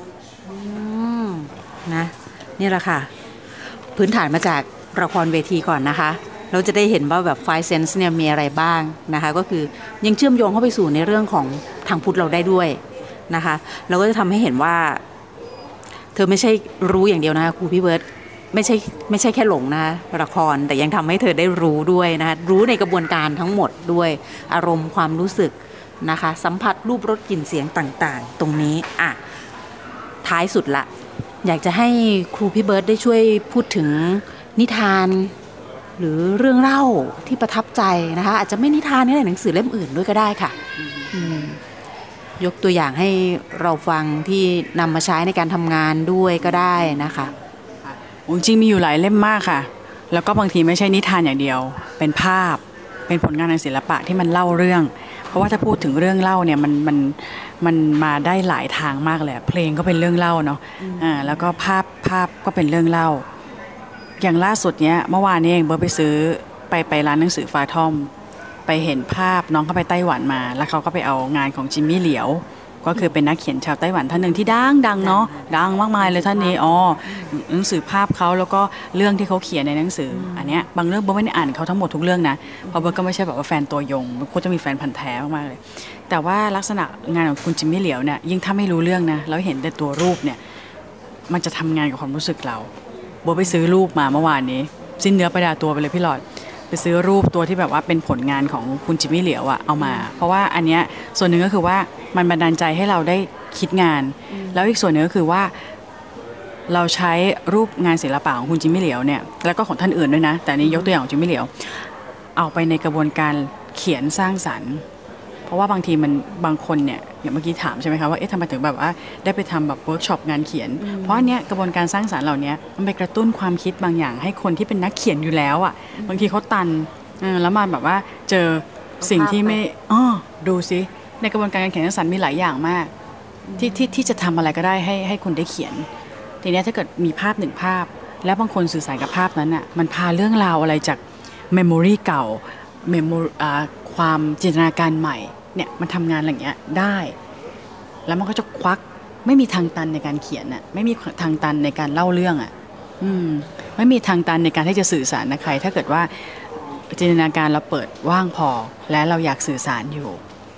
นะนี่แหละค่ะพื้นฐานมาจากละครเวทีก่อนนะคะเราจะได้เห็นว่าแบบ five sense เนี่ยมีอะไรบ้างนะคะก็คือยังเชื่อมโยงเข้าไปสู่ในเรื่องของทางพุทธเราได้ด้วยนะคะเราก็จะทำให้เห็นว่าเธอไม่ใช่รู้อย่างเดียวนะคะครูพี่เบิร์ตไม่ใช่ไม่ใช่แค่หลงนะละครแต่ยังทำให้เธอได้รู้ด้วยนะคะรู้ในกระบวนการทั้งหมดด้วยอารมณ์ความรู้สึกนะคะสัมผัสรูปรสกลิ่นเสียงต่างๆตรงนี้อ่ะท้ายสุดละอยากจะให้ครูพี่เบิร์ตได้ช่วยพูดถึงนิทานหรือเรื่องเล่าที่ประทับใจนะคะอาจจะไม่นิทานนี่แหละหนังสือเล่มอื่นด้วยก็ได้ค่ะยกตัวอย่างให้เราฟังที่นำมาใช้ในการทำงานด้วยก็ได้นะคะจริงมีอยู่หลายเล่มมากค่ะแล้วก็บางทีไม่ใช่นิทานอย่างเดียวเป็นภาพเป็นผลงานทางศิลปะที่มันเล่าเรื่องเพราะว่าถ้าพูดถึงเรื่องเล่าเนี่ยมันมันมันมาได้หลายทางมากเลยเพลงก็เป็นเรื่องเล่าเนาะอ่าแล้วก็ภาพภาพก็เป็นเรื่องเล่าอย่างล่าสุดเนี้ยเมื่อวานนี้เองเบิร์ตไปซื้อไปไปร้านหนังสือฟาทอมไปเห็นภาพน้องเขาไปไต้หวันมาแล้วเขาก็ไปเอางานของจิมมี่เหลียวก็คือเป็นนักเขียนชาวไต้หวันท่านหนึ่งที่ดังดังเนาะดังมากมายเลยท่านนี้อ๋อหนังสือภาพเขาแล้วก็เรื่องที่เขาเขียนในหนังสืออันเนี้ยบางเรื่องเบิร์ตไม่ได้อ่านเขาทั้งหมดทุกเรื่องนะเพราะเบิร์ตก็ไม่ใช่แบบว่าแฟนตัวยงเขาจะมีแฟนพันธุ์แท้มากๆเลยแต่ว่าลักษณะงานของคุณจิมมี่เหลียวเนี่ยยิ่งถ้าไม่รู้เรื่องนะแล้วเห็นแต่ตัวรูปเนี่ยมันจะทำงานกับความรู้สึกเราเบิร์ตไปซื้อรูปมาเมื่อวานนี้สิ้นเนื้อประดาตัวไปเลยพี่หลอดไปซื้อรูปตัวที่แบบว่าเป็นผลงานของคุณจิมมี่เหลียวอะเอามาเพราะว่าอันเนี้ยส่วนหนึ่งก็คือว่ามันบันดาลใจให้เราได้คิดงานแล้วอีกส่วนหนึ่งก็คือว่าเราใช้รูปงานศิลปะของคุณจิมมี่เหลียวเนี่ยแล้วก็ของท่านอื่นด้วยนะแต่นี้ยกตัวอย่างของจิมมี่เหลียวเอาไปในกระบวนการเขียนสร้างสรรค์เพราะว่าบางทีมันบางคนเนี่ยอย่างเมื่อกี้ถามใช่ไหมคะว่าเอ๊ะทำไมถึงแบบว่าได้ไปทำแบบเวิร์กช็อปงานเขียนเพราะอันเนี้ยกระบวนการสร้างสรรค์เหล่านี้มันไปกระตุ้นความคิดบางอย่างให้คนที่เป็นนักเขียนอยู่แล้วอ่ะบางทีเขาตันแล้วมาแบบว่าเจอสิ่งที่ไม่อ๋อดูซิในกระบวนการการเขียนสร้างสรรค์มีหลายอย่างมากที่ที่ที่จะทำอะไรก็ได้ให้ให้คุณได้เขียนทีนี้ถ้าเกิดมีภาพหนึ่งภาพแล้วบางคนสื่อสารกับภาพนั้นอ่ะมันพาเรื่องราวอะไรจากเมมโมรีเก่าเมมโมความจินตนาการใหม่เนี่ยมันทำงานอะไรอย่างเงี้ยได้แล้วมันก็จะควักไม่มีทางตันในการเขียนอ่ะไม่มีทางตันในการเล่าเรื่องอ่ะอืมไม่มีทางตันในการที่จะสื่อสารกับใครถ้าเกิดว่าจินตนาการเราเปิดว่างพอและเราอยากสื่อสารอยู่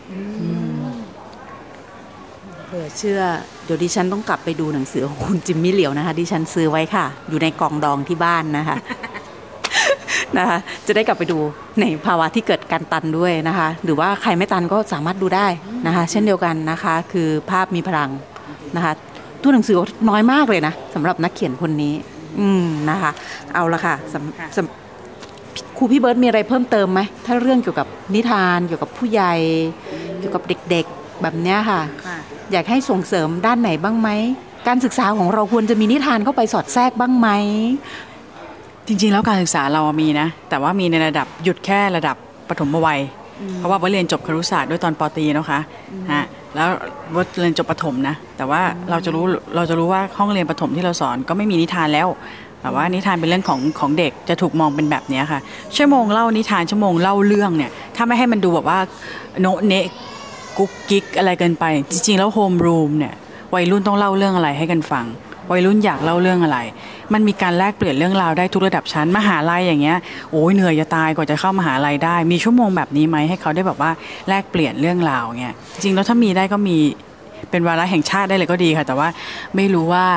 เผื่อเชื่อเดี๋ยวดิฉันต้องกลับไปดูหนังสือของคุณจิมมี่เหลียวนะคะดิฉันซื้อไว้ค่ะอยู่ในกล่องดองที่บ้านนะคะนะคะจะได้กลับไปดูในภาวะที่เกิดการตันด้วยนะคะหรือว่าใครไม่ตันก็สามารถดูได้นะคะเช่นเดียวกันนะคะคือภาพมีพลังนะคะตัวหนังสือน้อยมากเลยนะสำหรับนักเขียนคนนี้อืมนะคะเอาละค่ะครูพี่เบิร์ตมีอะไรเพิ่มเติมไหมถ้าเรื่องเกี่ยวกับนิทานเกี่ยวกับผู้ใหญ่เกี่ยวกับเด็กๆแบบเนี้ยค่ะอยากให้ส่งเสริมด้านไหนบ้างไหมการศึกษาของเราควรจะมีนิทานเข้าไปสอดแทรกบ้างไหมจริงๆแล้วการศึกษาเรามีนะแต่ว่ามีในระดับหยุดแค่ระดับปฐมวัยเพราะว่าเรียนจบครุศาสตร์ด้วยตอนป.ตรีนะคะฮะแล้วเรียนจบประถมนะแต่ว่าเราจะรู้เราจะรู้ว่าห้องเรียนประถมที่เราสอนก็ไม่มีนิทานแล้วแต่ว่านิทานเป็นเรื่องของของเด็กจะถูกมองเป็นแบบนี้ค่ะชั่วโมงเล่านิทานชั่วโมงเล่าเรื่องเนี่ยถ้าไม่ให้มันดูแบบว่าโนเนะกุ๊กกิ๊กอะไรเกินไปจริงๆแล้วโฮมรูมเนี่ยวัยรุ่นต้องเล่าเรื่องอะไรให้กันฟังวัยรุ่นอยากเล่าเรื่องอะไรมันมีการแลกเปลี่ยนเรื่องราวได้ทุกระดับชั้นมหาลัยอย่างเงี้ยโอ้ยเหนื่อยจะตายกว่าจะเข้ามหาลัยได้มีชั่วโมงแบบนี้ไหมให้เขาได้แบบว่าแลกเปลี่ยนเรื่องราวเงี้ยจริงๆแล้วถ้ามีได้ก็มีเป็นวาระแห่งชาติได้เลยก็ดีค่ะแต่ว่าไม่รู้ว่า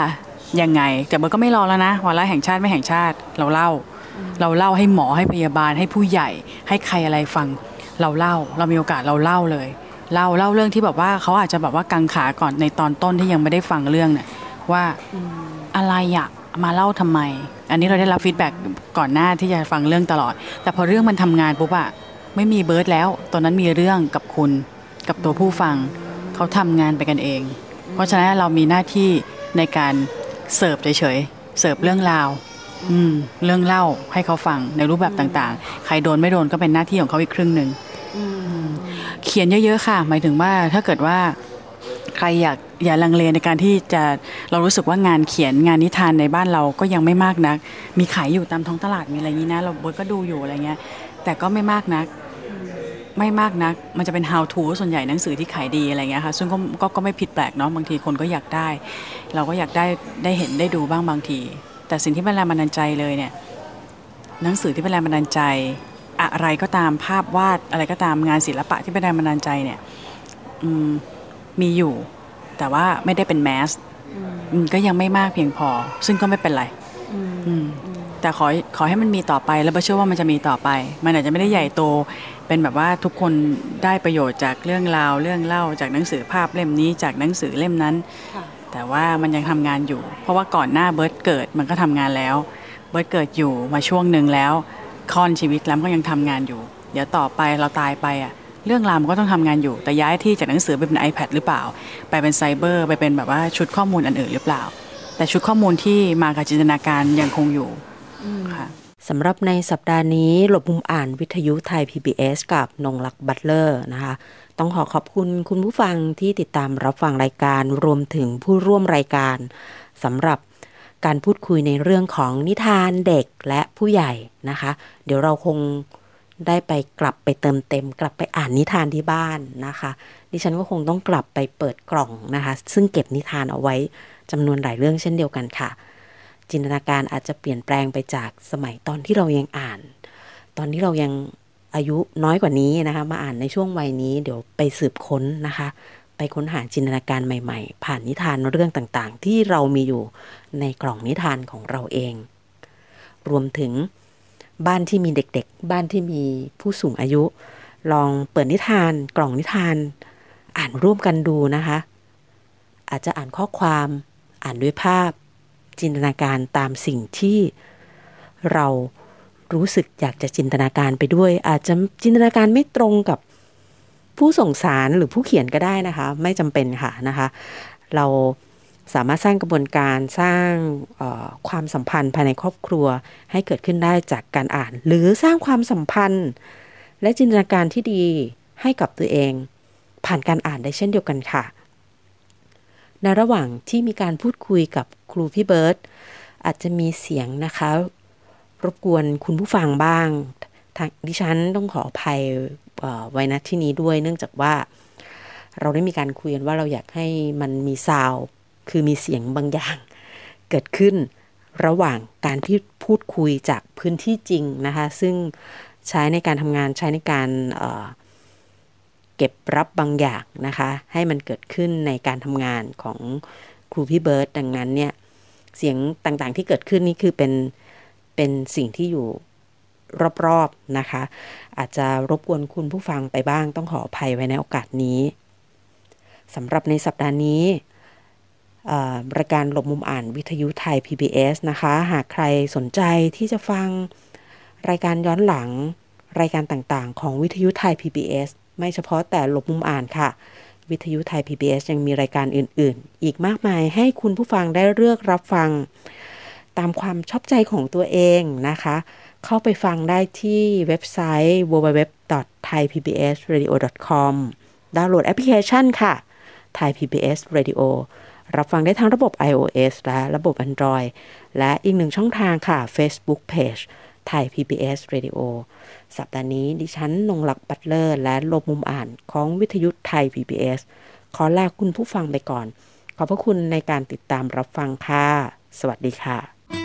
ยังไงแต่เบิร์ดก็ไม่รอแล้วนะวาระแห่งชาติไม่แห่งชาติเราเล่าเราเล่าให้หมอให้พยาบาลให้ผู้ใหญ่ให้ใครอะไรฟังเราเล่าเรามีโอกาสเราเล่าเลยเล่าเล่าเรื่องที่แบบว่าเขาอาจจะแบบว่ากังขาก่อนในตอนต้นที่ยังไม่ได้ฟังเรื่องเนี่ยว่าอะไรอะมาเล่าทำไมอันนี้เราได้รับฟีดแบ็กก่อนหน้าที่จะฟังเรื่องตลอดแต่พอเรื่องมันทำงานปุ๊บอะไม่มีเบิร์ดแล้วตอนนั้นมีเรื่องกับคุณกับตัวผู้ฟังเขาทำงานไปกันเองเพราะฉะนั้นเรามีหน้าที่ในการเสิร์ฟเฉยๆเสิร์ฟเรื่องราวอืมเรื่องเล่าให้เขาฟังในรูปแบบต่างๆใครโดนไม่โดนก็เป็นหน้าที่ของเขาอีกครึ่งนึงเขียนเยอะๆค่ะหมายถึงว่าถ้าเกิดว่าใครอยากอย่าลังเลในการที่จะเรารู้สึกว่างานเขียนงานนิทานในบ้านเราก็ยังไม่มากนักมีขายอยู่ตามท้องตลาดมีอะไรอย่างนี้นะเราก็ดูอยู่อะไรเงี้ยแต่ก็ไม่มากนักไม่มากนักมันจะเป็น how to ส่วนใหญ่หนังสือที่ขายดีอะไรเงี้ยค่ะซึ่งก็ก็ก็ไม่ผิดแปลกเนาะบางทีคนก็อยากได้เราก็อยากได้ได้เห็นได้ดูบ้างบางทีแต่สิ่งที่เป็นแรงบันดาลใจเลยเนี่ยหนังสือที่เป็นแรงบันดาลใจอะไรก็ตามภาพวาดอะไรก็ตามงานศิลปะที่เป็นแรงบันดาลใจเนี่ยมีอยู่แต่ว่าไม่ได้เป็นแมสก็ยังไม่มากเพียงพอซึ่งก็ไม่เป็นไรแต่ขอขอให้มันมีต่อไปแล้วเชื่อว่ามันจะมีต่อไปมันอาจจะไม่ได้ใหญ่โตเป็นแบบว่าทุกคนได้ประโยชน์จากเรื่องราวเรื่องเล่าจากหนังสือภาพเล่มนี้จากหนังสือเล่มนั้นแต่ว่ามันยังทำงานอยู่เพราะว่าก่อนหน้าเบิร์ดเกิดมันก็ทำงานแล้วเบิร์ดเกิดอยู่มาช่วงหนึ่งแล้วค่อนชีวิตแล้วก็ยังทำงานอยู่เดี๋ยวต่อไปเราตายไปอ่ะเรื่องราวมันก็ต้องทำงานอยู่แต่ย้ายที่จากหนังสือไปเป็น iPad หรือเปล่าไปเป็นไซเบอร์ไปเป็นแบบว่าชุดข้อมูลอันอื่นหรือเปล่าแต่ชุดข้อมูลที่มากับจินตนาการยังคงอยู่ค่ะสำหรับในสัปดาห์นี้หลบมุมอ่านวิทยุไทย พี บี เอส กับนงลักษ์บัตเลอร์นะคะต้องขอขอบคุณคุณผู้ฟังที่ติดตามรับฟังรายการรวมถึงผู้ร่วมรายการสำหรับการพูดคุยในเรื่องของนิทานเด็กและผู้ใหญ่นะคะเดี๋ยวเราคงได้ไปกลับไปเติมเต็มกลับไปอ่านนิทานที่บ้านนะคะดิฉันก็คงต้องกลับไปเปิดกล่องนะคะซึ่งเก็บนิทานเอาไว้จำนวนหลายเรื่องเช่นเดียวกันค่ะจินตนาการอาจจะเปลี่ยนแปลงไปจากสมัยตอนที่เรายังอ่านตอนที่เรายังอายุน้อยกว่านี้นะคะมาอ่านในช่วงวัยนี้เดี๋ยวไปสืบค้นนะคะไปค้นหาจินตนาการใหม่ๆผ่านนิทานเรื่องต่างๆที่เรามีอยู่ในกล่องนิทานของเราเองรวมถึงบ้านที่มีเด็กๆบ้านที่มีผู้สูงอายุลองเปิดนิทานกล่องนิทานอ่านร่วมกันดูนะคะอาจจะอ่านข้อความอ่านด้วยภาพจินตนาการตามสิ่งที่เรารู้สึกอยากจะจินตนาการไปด้วยอาจจะจินตนาการไม่ตรงกับผู้ส่งสารหรือผู้เขียนก็ได้นะคะไม่จำเป็นค่ะนะคะเราสามารถสร้างกระบวนการสร้างความสัมพันธ์ภายในครอบครัวให้เกิดขึ้นได้จากการอ่านหรือสร้างความสัมพันธ์และจินตนาการที่ดีให้กับตัวเองผ่านการอ่านได้เช่นเดียวกันค่ะในระหว่างที่มีการพูดคุยกับครูพี่เบิร์ตอาจจะมีเสียงนะคะรบกวนคุณผู้ฟังบ้างดิฉันต้องขออภัยไว้ณที่นี้ด้วยเนื่องจากว่าเราได้มีการคุยกันว่าเราอยากให้มันมีซาวด์คือมีเสียงบางอย่างเกิดขึ้นระหว่างการที่พูดคุยจากพื้นที่จริงนะคะซึ่งใช้ในการทำงานใช้ในการเอ่อเก็บรับบางอย่างนะคะให้มันเกิดขึ้นในการทำงานของครูพี่เบิร์ตดังนั้นเนี่ยเสียงต่างๆที่เกิดขึ้นนี่คือเป็นเป็นสิ่งที่อยู่รอบๆนะคะอาจจะรบกวนคุณผู้ฟังไปบ้างต้องขออภัยไว้ในโอกาสนี้สำหรับในสัปดาห์นี้รายการหลบมุมอ่านวิทยุไทย พี บี เอส นะคะหากใครสนใจที่จะฟังรายการย้อนหลังรายการต่างๆของวิทยุไทย พี บี เอส ไม่เฉพาะแต่หลบมุมอ่านค่ะวิทยุไทย พี บี เอส ยังมีรายการอื่นๆอีกมากมายให้คุณผู้ฟังได้เลือกรับฟังตามความชอบใจของตัวเองนะคะเข้าไปฟังได้ที่เว็บไซต์ ดับเบิลยู ดับเบิลยู ดับเบิลยู ดอท ไทย พี บี เอส เรดิโอ ดอท คอม ดาวน์โหลดแอปพลิเคชันค่ะ Thai พี บี เอส Radio รับฟังได้ทั้งระบบ iOS และระบบ Android และอีกหนึ่งช่องทางค่ะ Facebook Page Thai พี บี เอส Radio สัปดาห์นี้ดิฉันนงลักษ์บัตเลอร์และหลบมุมอ่านของวิทยุไทย พี บี เอส ขอลาคุณผู้ฟังไปก่อนขอบพระคุณในการติดตามรับฟังค่ะสวัสดีค่ะ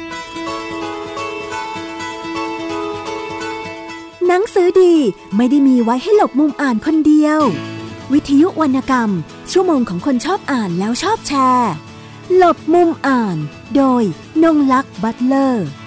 หนังสือดีไม่ได้มีไว้ให้หลบมุมอ่านคนเดียววิทยุวรรณกรรมชั่วโมงของคนชอบอ่านแล้วชอบแชร์หลบมุมอ่านโดยนงลักษ์บัตเลอร์